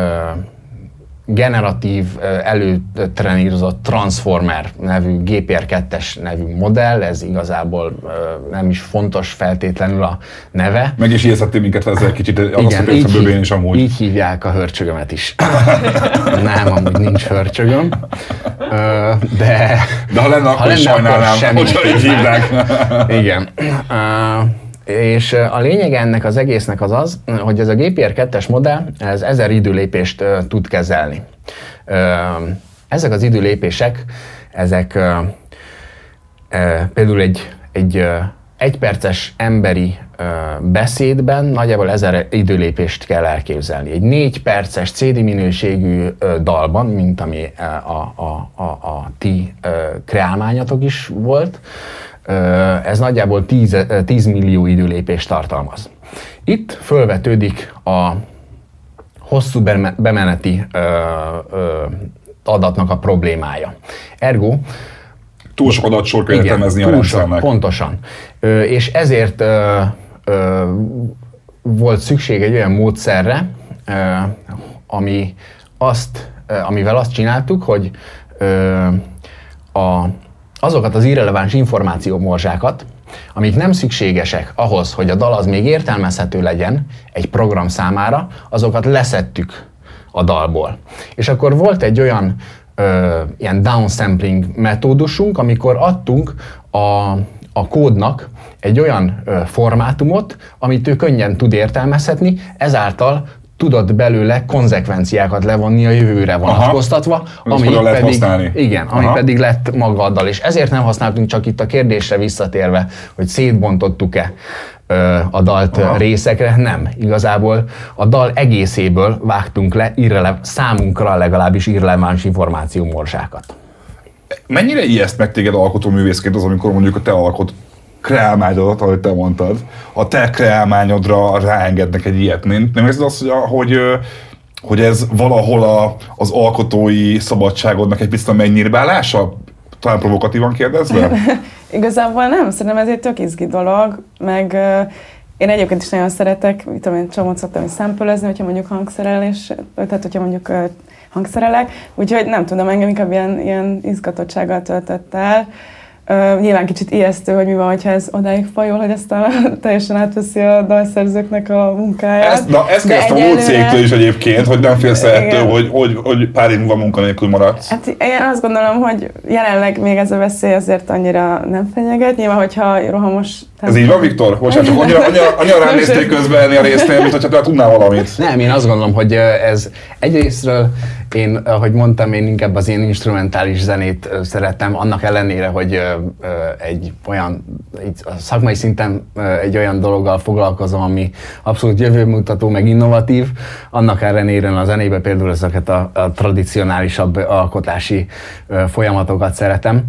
generatív, ö, előtrenírozott Transformer nevű gé pé er kettes nevű modell, ez igazából ö, nem is fontos feltétlenül a neve. Meg is ijesztettél minket ezzel kicsit, igen, így, hív, is amúgy. Így hívják a hörcsögömet is. Nem, amúgy nincs hörcsögöm, ö, de... De ha lenne, akkor sajnálnám, hogyha így hívnák. Igen. Uh, És a lényeg ennek az egésznek az az, hogy ez a gé pé er kettes modell, ez ezer időlépést uh, tud kezelni. Uh, ezek az időlépések, ezek uh, uh, például egy, egy uh, egyperces emberi ö, beszédben nagyjából ezer időlépést kell elképzelni. Egy négy perces cé dé minőségű ö, dalban, mint ami ö, a, a, a, a ti ö, kreálmányatok is volt, ö, ez nagyjából tíz millió időlépést tartalmaz. Itt fölvetődik a hosszú bemeneti ö, ö, adatnak a problémája. Ergo túl sok adatsor kell értelmezni a rendszernek. Pontosan. Ö, és ezért ö, ö, volt szükség egy olyan módszerre, ö, ami azt, ö, amivel azt csináltuk, hogy ö, a, azokat az irreleváns információmorzsákat, amik nem szükségesek ahhoz, hogy a dal az még értelmezhető legyen egy program számára, azokat leszettük a dalból. És akkor volt egy olyan Ö, ilyen downsampling metódusunk, amikor adtunk a, a kódnak egy olyan ö, formátumot, amit ő könnyen tud értelmezhetni, ezáltal tudott belőle konzekvenciákat levonni a jövőre vonatkoztatva, Aha, ami lehet pedig, használni. igen, ami pedig lett maga a dal. És ezért nem használtunk, csak itt a kérdésre visszatérve, hogy szétbontottuk-e a dalt Aha. részekre, nem. Igazából a dal egészéből vágtunk le irrele- számunkra legalábbis irreleváns információmorzsákat. Mennyire ijeszt meg téged alkotóművészként az, amikor mondjuk a te alkot kreálmányodat, ahogy te mondtad, a te kreálmányodra ráengednek egy ilyet? Nem, nem érzed azt, hogy, hogy, hogy ez valahol a, az alkotói szabadságodnak egy picit a megnyírbálása? Talán provokatívan kérdezve? Igazából nem, szerintem ez egy tök izgi dolog, meg uh, én egyébként is nagyon szeretek, mit tudom én, csomót szoktam szempölezni, hogyha mondjuk hangszerelés, tehát hogyha mondjuk uh, hangszerelek, úgyhogy nem tudom, engem inkább ilyen, ilyen izgatottsággal töltött el. Uh, nyilván kicsit ijesztő, hogy mi van, hogyha ez odáig fajul, hogy aztán teljesen átveszi a dalszerzőknek a munkáját. Ezt, na, ezt kezdtem a múlt cégtől is egyébként, hogy nem félsz ettől, hogy, hogy, hogy pár év múlva munkanélkül maradsz. Hát én azt gondolom, hogy jelenleg még ez a veszély azért annyira nem fenyeget. Nyilván, hogyha rohamos... Ez így van, Viktor? Bocsánat, csak annyira, annyira, annyira rám nézték közben ennél a résznél, mint hogyha te tudnál valamit. Nem, én azt gondolom, hogy ez egyrésztről én, ahogy mondtam, én inkább az én instrumentális zenét szeretem, annak ellenére, hogy egy olyan, szakmai szinten egy olyan dologgal foglalkozom, ami abszolút jövőmutató, meg innovatív, annak ellenére a zenében például ezeket a, a tradicionálisabb alkotási folyamatokat szeretem.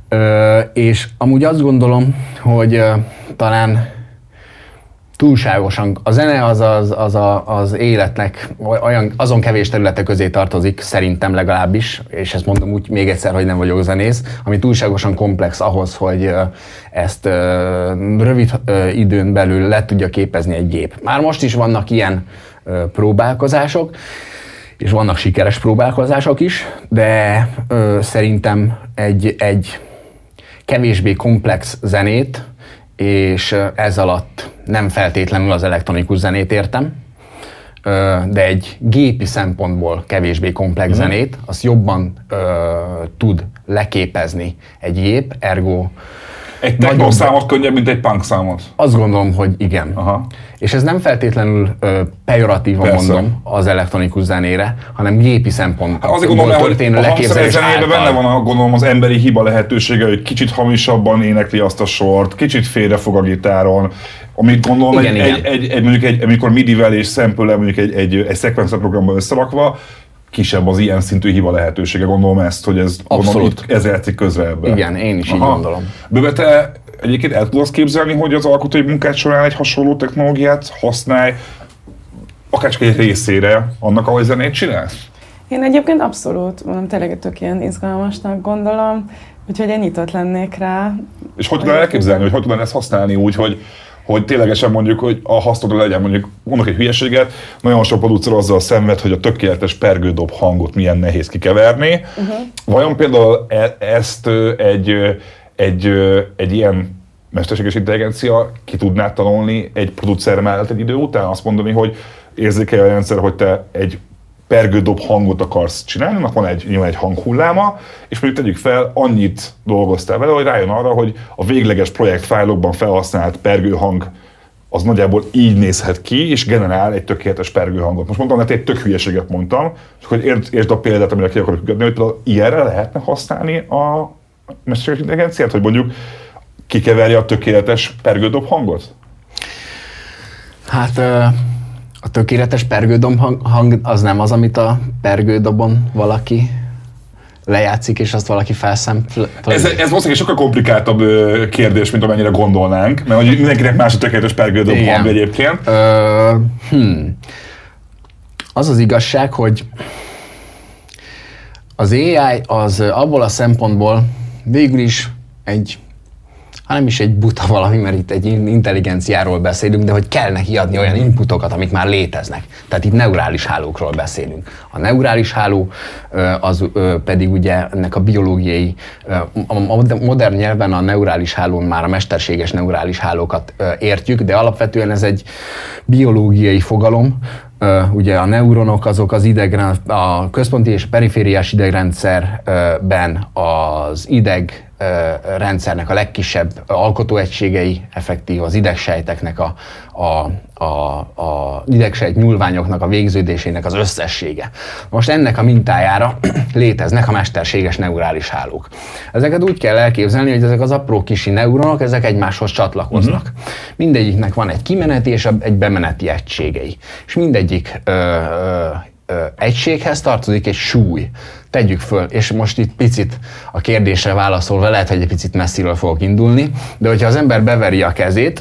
És amúgy azt gondolom, hogy talán túlságosan, a zene az az, az, a, az életnek olyan, azon kevés területe közé tartozik, szerintem legalábbis, és ezt mondom úgy még egyszer, hogy nem vagyok zenész, ami túlságosan komplex ahhoz, hogy ezt rövid időn belül le tudja képezni egy gép. Már most is vannak ilyen próbálkozások, és vannak sikeres próbálkozások is, de ö, szerintem egy, egy kevésbé komplex zenét, és ez alatt nem feltétlenül az elektronikus zenét értem, de egy gépi szempontból kevésbé komplex mm. zenét, azt jobban ö, tud leképezni egy gép, ergo... Egy techno számot könnyebb, mint egy punk számot? Azt gondolom, hogy igen. Aha. És ez nem feltétlenül ö, pejoratívan Persze. mondom az elektronikus zenére, hanem gépi szempontból. Hát azért gondolom, hogy a hangszeres zenében benne van a, gondolom, az emberi hiba lehetősége, hogy kicsit hamisabban énekli azt a sort, kicsit félrefog a gitáron, amit gondolom, igen, egy, igen. Egy, egy, egy, mondjuk egy, amikor midivel és sample-el mondjuk egy, egy, egy sequencer programban összerakva, kisebb az ilyen szintű hiba lehetősége, gondolom ezt, hogy ez, gondolom, itt, ez játszik közre ebben. Igen, én is Aha. így gondolom. Böbe, te egyébként el tudod képzelni, hogy az alkotói munkád során egy hasonló technológiát használj, akár csak egy részére annak, ahogy zenét csinálsz? Én egyébként abszolút, mondom, tényleg tök ilyen izgalmasnak gondolom, úgyhogy én nyitott lennék rá. És hogy tudod elképzelni, hogy hogy tudod ezt használni úgy, hogy hogy ténylegesen mondjuk, hogy a hasznodra legyen, mondjuk mondok egy hülyeséget, nagyon sok producer azzal szenved, hogy a tökéletes pergődob hangot milyen nehéz kikeverni. Uh-huh. Vajon például e- ezt egy, egy, egy ilyen mesterséges intelligencia ki tudná tanulni egy producer mellett egy idő után? Azt mondani, hogy érzékelje a rendszer, hogy te egy pergődob hangot akarsz csinálni, annak van egy, nyilván egy hanghulláma, és mondjuk tegyük fel, annyit dolgoztál vele, hogy rájön arra, hogy a végleges projektfájlokban felhasznált pergőhang az nagyjából így nézhet ki, és generál egy tökéletes pergőhangot. Most mondtam, hogy egy tök hülyeséget mondtam, csak hogy értsd, értsd a példát, amire ki akarok ügetni, hogy például ilyenre lehetne használni a mesterséges intelligenciát, hogy mondjuk kikeverje a tökéletes pergődob hangot? Hát a tökéletes pergődob hang az nem az, amit a pergődobon valaki lejátszik, és azt valaki felszempl... Ez, ez valószínűleg egy sokkal komplikáltabb kérdés, mint amennyire gondolnánk, mert hogy mindenkinek más a tökéletes pergődob hang egyébként. Ö, hmm. Az az igazság, hogy az á i az abból a szempontból végül is egy, hanem is egy buta valami, mert itt egy intelligenciáról beszélünk, de hogy kell neki adni olyan inputokat, amik már léteznek. Tehát itt neurális hálókról beszélünk. A neurális háló az pedig ugye ennek a biológiai, a modern nyelven a neurális hálón már a mesterséges neurális hálókat értjük, de alapvetően ez egy biológiai fogalom. Ugye a neuronok azok az idegrend, a központi és perifériás idegrendszerben az ideg rendszernek a legkisebb alkotóegységei, effektív az idegsejteknek a, a, a, a idegsejt nyúlványoknak a végződésének az összessége. Most ennek a mintájára léteznek a mesterséges neurális hálók. Ezeket úgy kell elképzelni, hogy ezek az apró kisi neuronok, ezek egymáshoz csatlakoznak. Uh-huh. Mindegyiknek van egy kimeneti és egy bemeneti egységei. És mindegyik ö, ö, ö, egységhez tartozik egy súly. Tegyük föl, és most itt picit a kérdésre válaszolva, lehet, hogy egy picit messziről fogok indulni, de hogyha az ember beveri a kezét,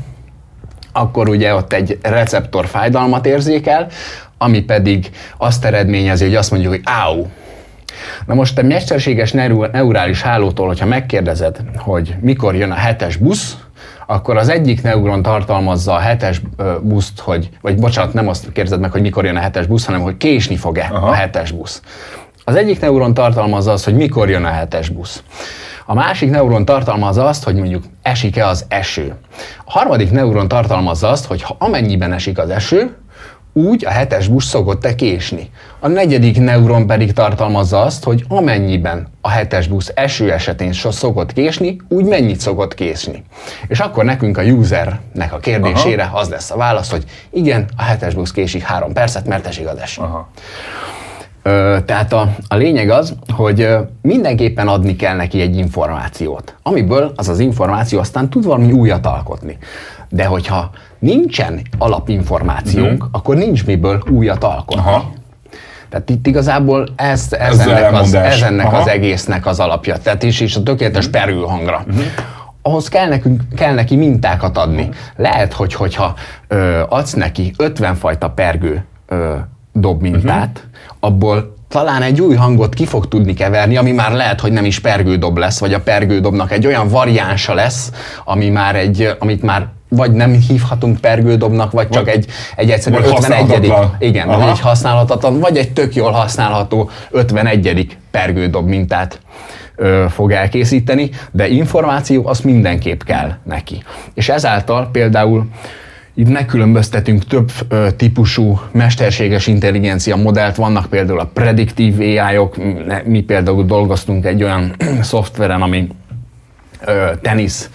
akkor ugye ott egy receptor fájdalmat érzékel, ami pedig azt eredményezi, hogy azt mondjuk, hogy áú. Na most a mesterséges neurális hálótól, hogyha megkérdezed, hogy mikor jön a hetes busz, akkor az egyik neuron tartalmazza a hetes buszt, hogy, vagy bocsánat, nem azt kérdezed meg, hogy mikor jön a hetes busz, hanem hogy késni fog-e Aha. a hetes busz. Az egyik neuron tartalmazza azt, hogy mikor jön a hetes busz. A másik neuron tartalmazza azt, hogy mondjuk esik-e az eső. A harmadik neuron tartalmazza azt, hogy ha amennyiben esik az eső, úgy a hetes busz szokott-e késni. A negyedik neuron pedig tartalmazza azt, hogy amennyiben a hetes busz eső esetén szokott késni, úgy mennyit szokott késni. És akkor nekünk a usernek a kérdésére Aha. az lesz a válasz, hogy igen, a hetes busz késik három percet, mert esik az eső. Aha. Tehát a, a lényeg az, hogy mindenképpen adni kell neki egy információt, amiből az az információ aztán tud valami újat alkotni. De hogyha nincsen alapinformációnk, uh-huh. akkor nincs miből újat alkotni. Aha. Tehát itt igazából ez, ez, ez ennek, az, ez ennek az egésznek az alapja. Tehát is, is a tökéletes uh-huh. pergőhangra. Uh-huh. Ahhoz kell, nekünk, kell neki mintákat adni. Lehet, hogy hogyha ö, adsz neki ötven fajta pergő ö, dob mintát, uh-huh. abból talán egy új hangot ki fog tudni keverni, ami már lehet, hogy nem is pergődob lesz, vagy a pergődobnak egy olyan variánsa lesz, ami már egy, amit már vagy nem hívhatunk pergődobnak, vagy csak egy, egy egyszerűen ötvenegyedik Igen, vagy egy használhatatlan, vagy egy tök jól használható ötvenegyedik pergődob mintát ö, fog elkészíteni, de információ az mindenképp kell neki. És ezáltal például itt megkülönböztetünk több ö, típusú mesterséges intelligencia modellt, vannak például a prediktív á í-ok, mi például dolgoztunk egy olyan szoftveren, ami ö, tenisz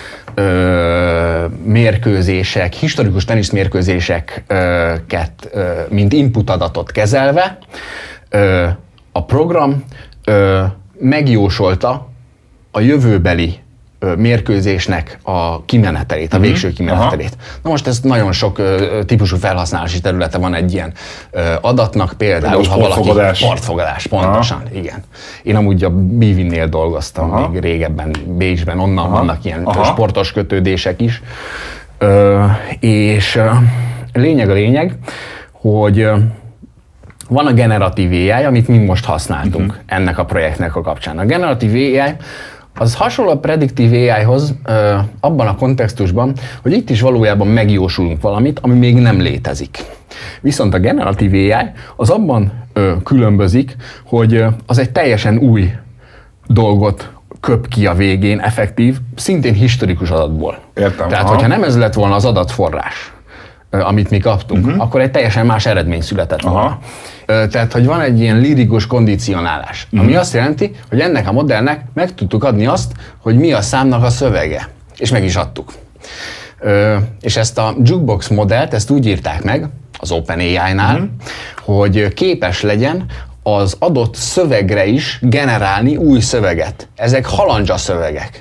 ö, mérkőzések, historikus teniszmérkőzéseket, ö, mint input adatot kezelve, ö, a program ö, megjósolta a jövőbeli mérkőzésnek a kimenetelét, a végső kimenetelét. Aha. Na most ez nagyon sok ö, típusú felhasználási területe van egy ilyen ö, adatnak, például ha valaki partfogadás, pontosan, Aha. igen. Én amúgy a Bivin-nél dolgoztam Aha. még régebben, Bécsben, onnan Aha. vannak ilyen Aha. sportos kötődések is. Ö, és ö, lényeg a lényeg, hogy ö, van a generatív á í, amit mi most használtunk uh-huh. ennek a projektnek a kapcsán. A generatív á í az hasonló a prediktív á í-hoz ö, abban a kontextusban, hogy itt is valójában megjósolunk valamit, ami még nem létezik. Viszont a generatív á í az abban ö, különbözik, hogy ö, az egy teljesen új dolgot köp ki a végén, effektív, szintén historikus adatból. Értem. Tehát, aha. hogyha nem ez lett volna az adatforrás, ö, amit mi kaptunk, uh-huh. akkor egy teljesen más eredmény született volna. Aha. Tehát, hogy van egy ilyen lirikus kondicionálás, ami mm. azt jelenti, hogy ennek a modellnek meg tudtuk adni azt, hogy mi a számnak a szövege. És meg is adtuk. Ö, és ezt a jukebox modellt, ezt úgy írták meg az OpenAI-nál, mm. hogy képes legyen az adott szövegre is generálni új szöveget. Ezek halandzsa szövegek.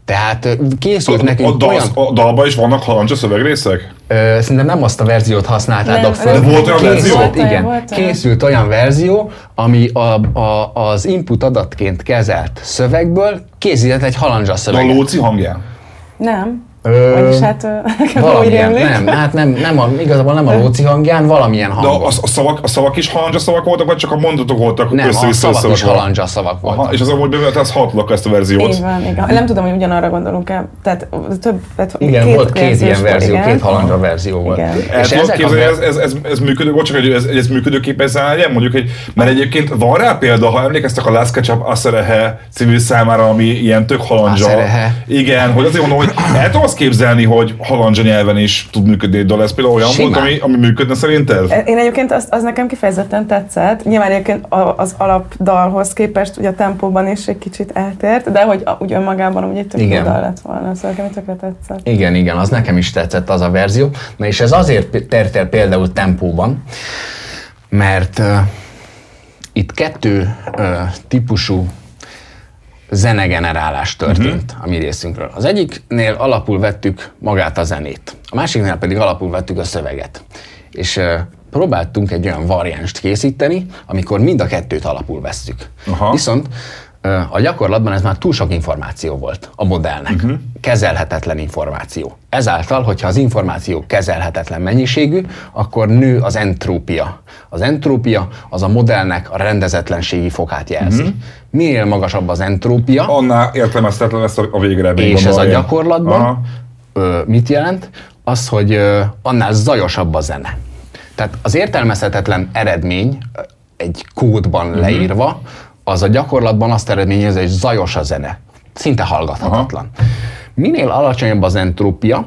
Tehát készült a, nekünk a, dal, olyan... A dalban is vannak halandzsa szövegrészek? Ö, szerintem nem azt a verziót használtátok fel. De volt olyan készült, verzió? Volt olyan, igen, volt olyan. készült olyan verzió, ami a, a, az input adatként kezelt szövegből készített egy halandzsa De a szöveget. Lóci hangján? Nem. Ö, Vagyis hát nekem úgy Valamilyen, rémlik. nem, hát nem, nem a, igazából nem a Lóci hangján, valamilyen De hangon. a, a, szavak, a szavak is halandzsa szavak voltak, vagy csak a mondatok voltak Nem, a össze-vissza szavak is összerakva? halandzsa szavak voltak. Aha, és az amúgy bőven, ezt hallatlanak ezt a verziót. Így van, igen. Nem tudom, hogy ugyanarra gondolunk-e. Tehát több, tehát Igen, két volt két verziós ilyen verzió, igen. két halandzsa verzió volt. Igen. El tudod képzelni, ez, ez, ez, ez működő, bocsánat, hogy ez, ez működőképezzen legyen, mondjuk, hogy, mert egyébként van rá példa, ha emlékeztek a Last Ketchup Aserehe civil számára, ami ilyen tök halandzsa. Aserehe. Igen, hogy azért mondom, hogy el tudom azt képzelni, hogy halandzsa nyelven is tud működni egy dal, ez például olyan Simán. volt, ami, ami működne szerinted? Én egyébként az, az nekem kifejezetten tetszett. Nyilván egyébként a- az alapdalhoz képest ugye a tempóban is egy kicsit eltért, de hogy a- úgy önmagában úgy egy tök jó Igen. dal lett volna, szóval nekem tökre tetszett. Igen, igen, az nekem is tetszett az a verzió. Na és ez azért tért el például tempóban, mert uh, itt kettő uh, típusú zenegenerálás történt uh-huh. a mi részünkről. Az egyiknél alapul vettük magát a zenét, a másiknél pedig alapul vettük a szöveget. És uh, próbáltunk egy olyan variánst készíteni, amikor mind a kettőt alapul vesszük. Aha. Viszont uh, a gyakorlatban ez már túl sok információ volt a modellnek. Uh-huh. Kezelhetetlen információ. Ezáltal, hogyha az információ kezelhetetlen mennyiségű, akkor nő az entrópia. Az entrópia az a modellnek a rendezetlenségi fokát jelzi. Uh-huh. Minél magasabb az entrópia, Annál értelmezhetetlen lesz a végeredmény. és ez a gondolom én. gyakorlatban Aha. ö, mit jelent? Az, hogy ö, annál zajosabb a zene. Tehát az értelmezhetetlen eredmény ö, egy kódban uh-huh. leírva, az a gyakorlatban azt eredményezi, hogy zajos a zene. Szinte hallgathatatlan. Aha. Minél alacsonyabb az entrópia,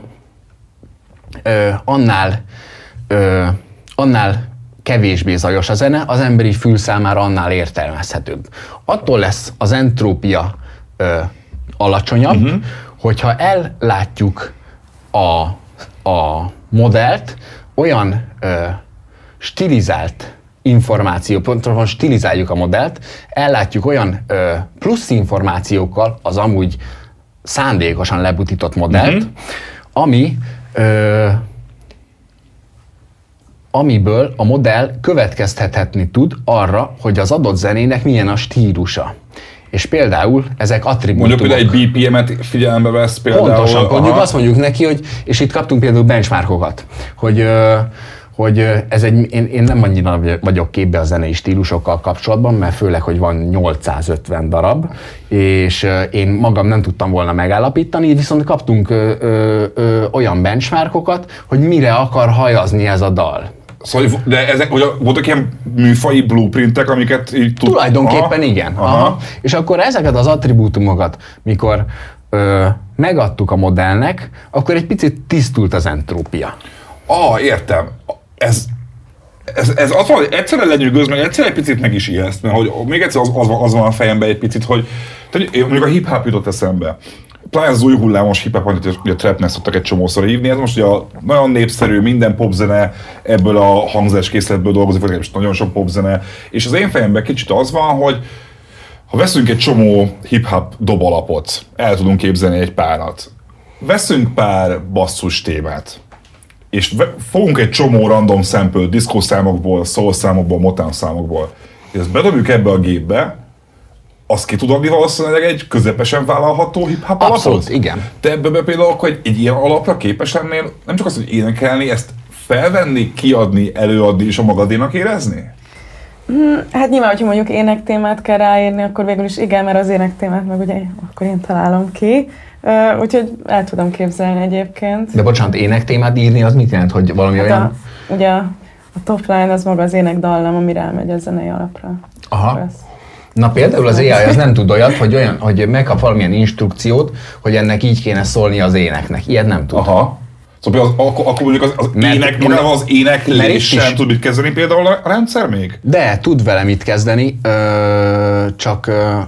ö, annál, ö, annál kevésbé zajos a zene, az emberi fül számára annál értelmezhetőbb. Attól lesz az entrópia ö, alacsonyabb, uh-huh. hogyha ellátjuk a, a modellt olyan ö, stilizált információ, pontosabban stilizáljuk a modellt, ellátjuk olyan ö, plusz információkkal az amúgy szándékosan lebutított modellt, uh-huh. ami ö, amiből a modell következtethetni tud arra, hogy az adott zenének milyen a stílusa. És például ezek attribútumok. Mondjuk például egy bé pé em-et figyelembe vesz például. Pontosan, mondjuk aha. azt mondjuk neki, hogy, és itt kaptunk például benchmarkokat, hogy, hogy ez egy, én, én nem annyira vagyok képbe a zenei stílusokkal kapcsolatban, mert főleg, hogy van nyolcszázötven darab, és én magam nem tudtam volna megállapítani, viszont kaptunk ö, ö, ö, olyan benchmarkokat, hogy mire akar hajazni ez a dal. Szóval, de ezek ugye, voltak ilyen műfai blueprintek, amiket így tud... Tulajdonképpen aha. igen. Aha. Aha. És akkor ezeket az attribútumokat, mikor ö, megadtuk a modellnek, akkor egy picit tisztult az entrópia. Ah, értem. Ez, ez, ez az van, hogy egyszerre lenyűgöz, meg egyszerre egy picit meg is ijeszt, mert hogy még egyszer az, az, van, az van a fejemben egy picit, hogy tehát, mondjuk a hip-hop jutott eszembe. Pláne az új hullámos hip-hop, amit ugye a trapnek szoktak egy csomószor hívni, ez most ugye a nagyon népszerű, minden popzene ebből a hangzáskészletből dolgozik, vagy most nagyon sok popzene, és az én fejemben kicsit az van, hogy ha veszünk egy csomó hip-hop dobalapot, el tudunk képzelni egy párat, veszünk pár basszus témát, és fogunk egy csomó random sample diszkószámokból, soul számokból, motown számokból, és ezt bedobjuk ebbe a gépbe, azt ki tud adni valószínűleg egy közepesen vállalható hip-hop alapot? Abszolút, igen. Te ebből például akkor egy, egy ilyen alapra képes lennél, nem csak azt, hogy énekelni, ezt felvenni, kiadni, előadni és a magadénak érezni? Hmm, hát nyilván, hogyha mondjuk énektémát kell ráírni, akkor végül is igen, mert az énektémát meg ugye akkor én találom ki. Uh, úgyhogy el tudom képzelni egyébként. De bocsánat, énektémát írni az mit jelent, hogy valami Hát olyan... a, ugye a, a top line az maga az énekdallam, ami rámegy a zenei alapra. Aha. Ez. Na például az á i az nem tud olyat, hogy, olyan, hogy megkap valamilyen instrukciót, hogy ennek így kéne szólni az éneknek. Ilyet nem tud. Aha. Szóval az, akkor, akkor mondjuk az, az Mert- ének, magával az énekléssel is- tud mit kezdeni például a rendszer még? De tud vele mit kezdeni, ö, csak ö,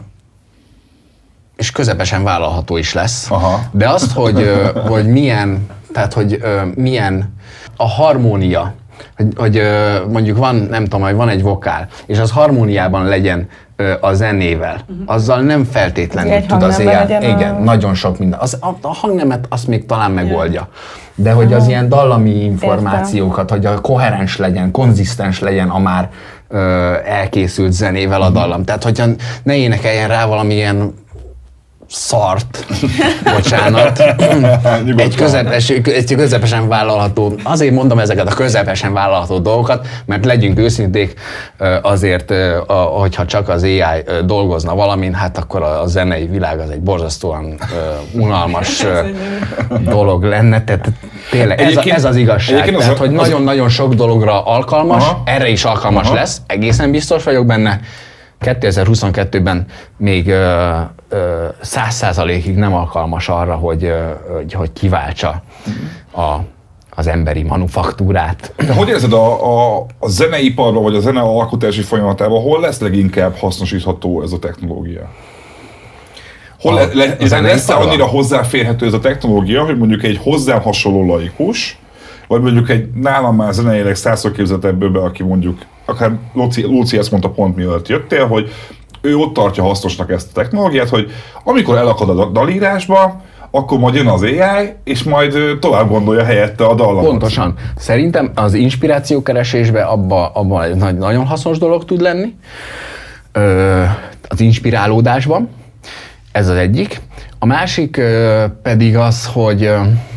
és közepesen vállalható is lesz. Aha. De azt, hogy, ö, hogy milyen, tehát hogy ö, milyen a harmónia, hogy, hogy ö, mondjuk van, nem tudom, hogy van egy vokál, és az harmóniában legyen a zenével. Azzal nem feltétlenül egy tud az á i. Igen, a... nagyon sok minden. Az, a, a hangnemet azt még talán megoldja. De hogy az ilyen dallami információkat, hogy a koherens legyen, konzisztens legyen a már ö, elkészült zenével a dallam. Tehát, hogyha ne énekeljen rá valamilyen szart, bocsánat, egy, közepes, egy közepesen vállalható, azért mondom ezeket a közepesen vállalható dolgokat, mert legyünk őszinték, azért, hogyha csak az á i dolgozna valamin, hát akkor a zenei világ az egy borzasztóan unalmas dolog lenne, tehát tényleg ez, ez az igazság, tehát hogy nagyon-nagyon sok dologra alkalmas, aha, erre is alkalmas aha. lesz, egészen biztos vagyok benne, kétezer-huszonkettőben még száz százalékig nem alkalmas arra, hogy, hogy, hogy kiváltsa a, az emberi manufaktúrát. De hogy érzed a, a, a zeneiparban, vagy a zene alkotási folyamatában, hol lesz leginkább hasznosítható ez a technológia? Hol a, le, le, lesz annyira hozzáférhető ez a technológia, hogy mondjuk egy hozzám hasonló laikus, vagy mondjuk egy nálam már zeneileg százszor képzett ebből be, aki mondjuk, akár Lóci, Lóci ezt mondta pont mielőtt jöttél, hogy ő ott tartja hasznosnak ezt a technológiát, hogy amikor elakad a dalírásba, akkor majd jön az á i, és majd tovább gondolja helyette a dallamot. Pontosan. Szerintem az inspirációkeresésben abban abba egy nagyon hasznos dolog tud lenni, az inspirálódásban. Ez az egyik. A másik pedig az, hogy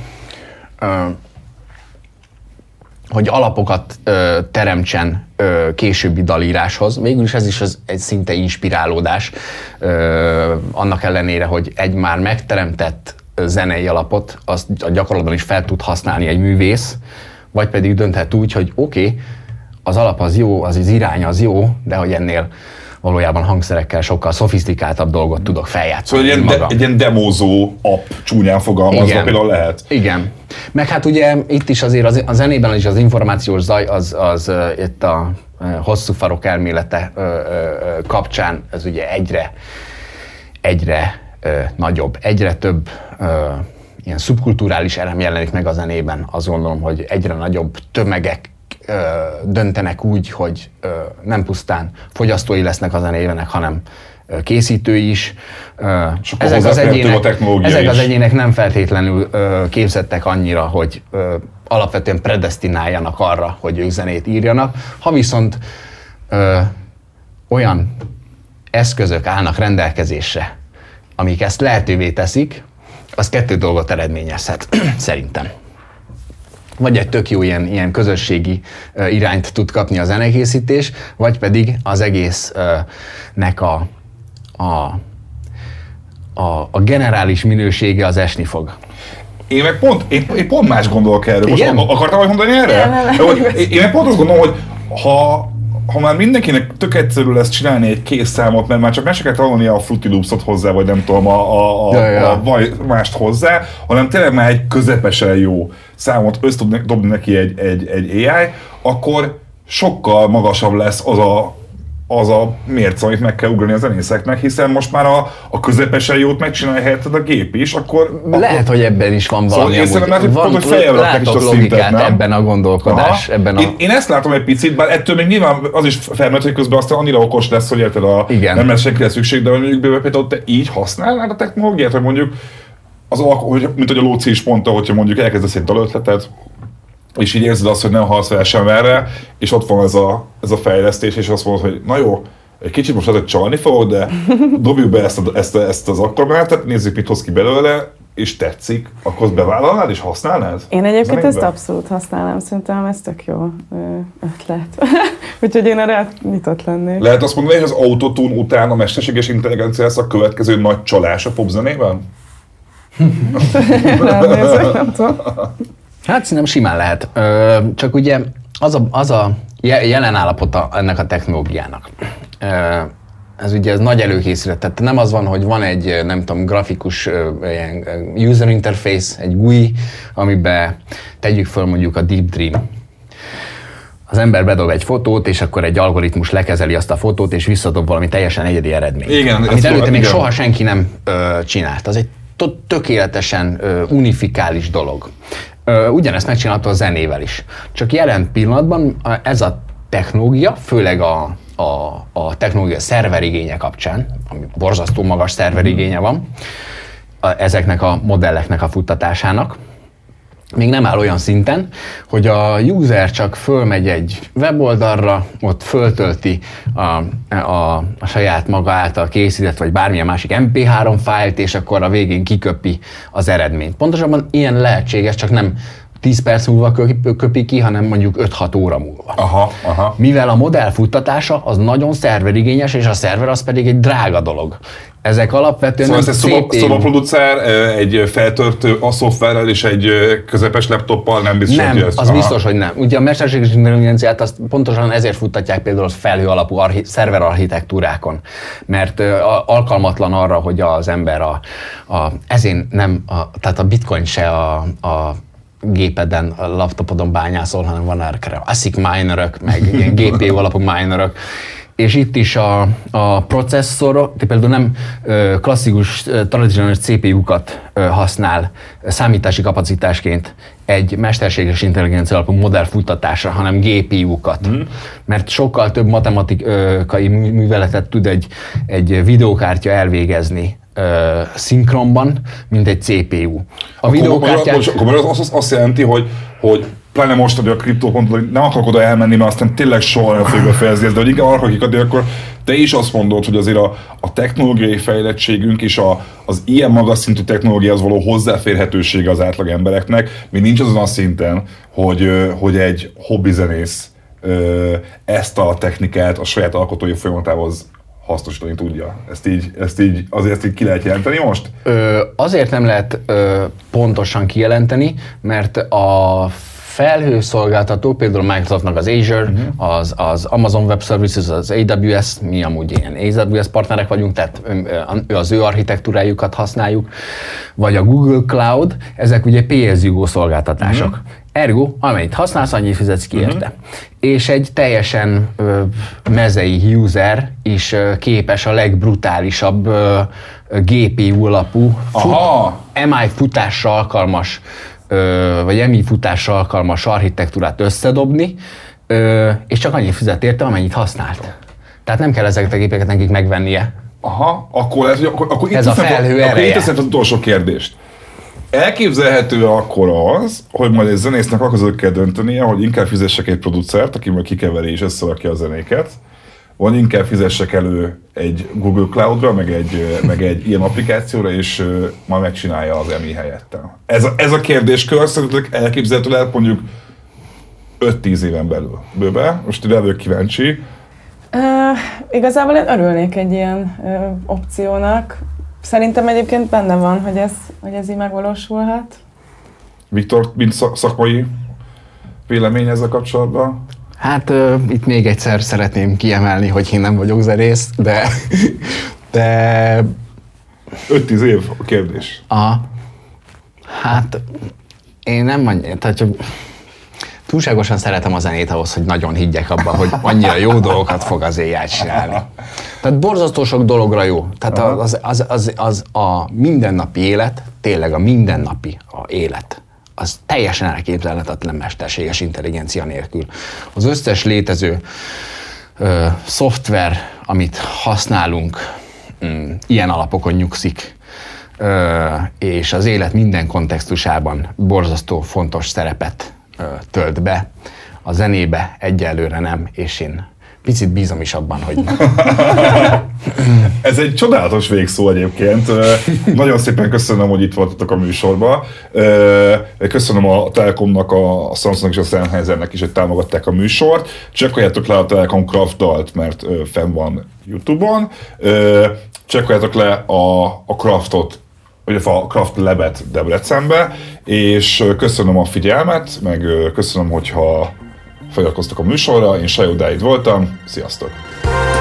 hogy alapokat ö, teremtsen ö, későbbi dalíráshoz. Végülis ez is az, egy szinte inspirálódás, ö, annak ellenére, hogy egy már megteremtett zenei alapot, azt a gyakorlatban is fel tud használni egy művész, vagy pedig dönthet úgy, hogy oké, okay, az alap az jó, az, az irány az jó, de hogy ennél valójában hangszerekkel sokkal szofisztikáltabb dolgot tudok feljátszani. Szóval egy ilyen, de, egy ilyen demózó app csúnyán fogalmazva például lehet. Igen. Meg hát ugye itt is azért az, a zenében is az információs zaj, az, az uh, itt a uh, hosszú farok elmélete uh, uh, kapcsán, ez ugye egyre, egyre uh, nagyobb, egyre több uh, ilyen szubkulturális elem jelenik meg a zenében. Azt gondolom, hogy egyre nagyobb tömegek ö, döntenek úgy, hogy ö, nem pusztán fogyasztói lesznek a zenének, hanem ö, készítői is. Ö, ezek, az egyének, ezek az egyének nem feltétlenül ö, képzettek annyira, hogy ö, alapvetően predesztináljanak arra, hogy ők zenét írjanak. Ha viszont ö, olyan eszközök állnak rendelkezésre, amik ezt lehetővé teszik, az kettő dolgot eredményezhet, szerintem. Vagy egy tök jó ilyen, ilyen közösségi uh, irányt tud kapni a zenekészítés, vagy pedig az egésznek uh, a, a, a, a generális minősége az esni fog. Én meg pont, én, én pont más gondolok erről. Most akartam majd mondani erre? Nem, nem, nem. Én, én meg pont azt gondolom, hogy ha ha már mindenkinek tök egyszerű lesz csinálni egy kész számot, mert már csak meg se kell tanulni a Fruity Loops-ot hozzá, vagy nem tudom, a, a, a, ja, ja. a mást hozzá, hanem tényleg már egy közepesen jó számot össze tud dobni neki egy, egy, egy á i, akkor sokkal magasabb lesz az a, az a mérce, amit meg kell ugrani a zenészeknek, hiszen most már a, a közepesen jót megcsinálja helyetted a gép is, akkor... Lehet, akkor... hogy ebben is van valami. Szóval én szerintem, hogy feljebb rakják is a szintet, nem? Ebben a gondolkodás. Ebben a... Én, én ezt látom egy picit, bár ettől még nyilván az is felmerült, hogy közben aztán annyira okos lesz, hogy érted, a, nem lesz senkire szükség, de mondjuk például te így használnád a technológiát, hogy mondjuk, az, hogy, mint hogy a Lóci is mondta, hogyha mondjuk elkezdesz egy dalötletet, és így érzed azt, hogy nem halsz fel sem erre, és ott van ez a, ez a fejlesztés, és azt mondod, hogy na jó, egy kicsit most azért csalni fogok, de dobjuk be ezt, a, ezt, a, ezt az akkormenetet, nézzük, mit hoz ki belőle, és tetszik, akkor azt bevállalnád és használnád? Én egyébként ezt abszolút használnám, szerintem ez tök jó ötlet. Úgyhogy én erre nyitott lennék. Lehet azt mondani, hogy az autotune után a mesterséges intelligencia lesz a következő nagy csalás a popzenében? Nem nézek, nem tudom. Hát szerintem simán lehet. Ö, csak ugye az a, az a jelen állapota ennek a technológiának. Ö, ez ugye ez nagy előkészület. Tehát nem az van, hogy van egy, nem tudom, grafikus ilyen user interface, egy gú i, amiben tegyük föl mondjuk a Deep Dream. Az ember bedob egy fotót, és akkor egy algoritmus lekezeli azt a fotót, és visszadob valami teljesen egyedi eredményt. Igen, amit előtte még soha senki nem ö, csinált. Az egy tökéletesen ö, unifikális dolog. Ugyanezt megcsinálta a zenével is. Csak jelen pillanatban ez a technológia, főleg a, a, a technológia szerverigénye kapcsán, ami borzasztó magas szerverigénye van, a, ezeknek a modelleknek a futtatásának, még nem áll olyan szinten, hogy a user csak fölmegy egy weboldalra, ott föltölti a, a, a saját maga által készített, vagy bármilyen másik em pé három fájlt, és akkor a végén kiköpi az eredményt. Pontosabban ilyen lehetséges, csak nem tíz perc múlva köpi ki, hanem mondjuk öt-hat óra múlva. Aha, aha. Mivel a modell futtatása az nagyon szerverigényes, és a szerver az pedig egy drága dolog. Ezek alapvetően szóval nem ez egy szoba, szobaproducer, egy feltöltő a szoftverrel és egy közepes laptoppal nem biztos, nem, hogy ez... az aha. biztos, hogy nem. Ugye a mesterséges intelligenciát azt pontosan ezért futtatják például a felhő alapú archi- szerverarchitektúrákon, mert uh, alkalmatlan arra, hogy az ember a, a ezért nem, a, tehát a bitcoin se a, a gépeden, a laptopodon bányászol, hanem van erre ASIC minerök, meg ilyen gé pé u alapú minerök, és itt is a, a processzorok, például nem ö, klasszikus, ö, tradicionális cé pé u-kat ö, használ számítási kapacitásként egy mesterséges intelligencia alapú modell futtatásra, hanem gé pé u-kat. Mm. Mert sokkal több matematikai műveletet tud egy, egy videókártya elvégezni ö, szinkronban, mint egy cé pé u. A akkor videókártyát... Akkor, akkor az, az azt jelenti, hogy, hogy pláne most, hogy a kriptópontból nem akarok oda elmenni, mert aztán tényleg soha nem fogjuk befejezni ezt, de hogy inkább arra kikadni, akkor te is azt mondod, hogy azért a, a technológiai fejlettségünk és a, az ilyen magas szintű technológiához való hozzáférhetősége az átlag embereknek még nincs azon a szinten, hogy, hogy egy hobbizenész ezt a technikát a saját alkotói folyamatához hasznosítani tudja. Ezt így, ezt így, azért ezt így ki lehet jelenteni most? Ö, azért nem lehet ö, pontosan kijelenteni, mert a felhőszolgáltató, például Microsoftnak az Azure, uh-huh. az, az Amazon Web Services, az á dupla vé es, mi amúgy ilyen á dupla vé es partnerek vagyunk, tehát az ő architektúrájukat használjuk, vagy a Google Cloud, ezek ugye pay as you go szolgáltatások. Uh-huh. Ergo, amennyit használsz, annyit fizetsz ki érte. Uh-huh. És egy teljesen ö, mezei user is ö, képes a legbrutálisabb ö, gé pé u alapú, fut, em i futásra alkalmas vagy em i futásra alkalmas architektúrát összedobni, és csak annyit fizet érte, amennyit használt. Tehát nem kell ezeket a gépeket nekik megvennie. Aha, akkor, ez, akkor, akkor ez itt a felhő ereje. Akkor itt teszem az utolsó kérdést. Elképzelhető akkor az, hogy majd egy zenésznek akkor kell döntenie, hogy inkább fizessek egy producert, aki majd kikeveri és összerakja a zenéket, vagy inkább fizessek elő egy Google Cloudra, meg egy, meg egy ilyen applikációra, és majd megcsinálja az em i helyettel. Ez a, ez a kérdéskör szerintetek elképzelhető lehet mondjuk öt-tíz éven belül. Bőbe, most ide vagyok kíváncsi. Uh, igazából én örülnék egy ilyen uh, opciónak. Szerintem egyébként benne van, hogy ez, hogy ez így megvalósulhat. Viktor, mint szakmai vélemény ezzel kapcsolatban? Hát uh, itt még egyszer szeretném kiemelni, hogy én nem vagyok zenész, de... de... öt-tíz év a kérdés. Aha. Hát én nem annyira, tehát túlságosan szeretem a zenét ahhoz, hogy nagyon higgyek abban, hogy annyira jó dolgokat fog az á i csinálni. Tehát borzasztó sok dologra jó. Tehát az, az, az, az a mindennapi élet, tényleg a mindennapi a élet, az teljesen elképzelhetetlen mesterséges intelligencia nélkül. Az összes létező ö, szoftver, amit használunk, mm, ilyen alapokon nyugszik, ö, és az élet minden kontextusában borzasztó fontos szerepet ö, tölt be. A zenébe egyelőre nem, és én picit bízom is abban, hogy... Ez egy csodálatos végszó egyébként. Nagyon szépen köszönöm, hogy itt voltatok a műsorban. Köszönöm a Telekomnak, a Samsungnak és a Sennheisernek is, hogy támogatták a műsort. Csekkoljátok le a Telekom Craft dalt, mert fenn van YouTube-on. Csekkoljátok le a, a Craftot, vagy a Craft Labet Debrecenbe, és köszönöm a figyelmet, meg köszönöm, hogyha feliratkoztak a műsorra. Én Sajó Dávid voltam. Sziasztok!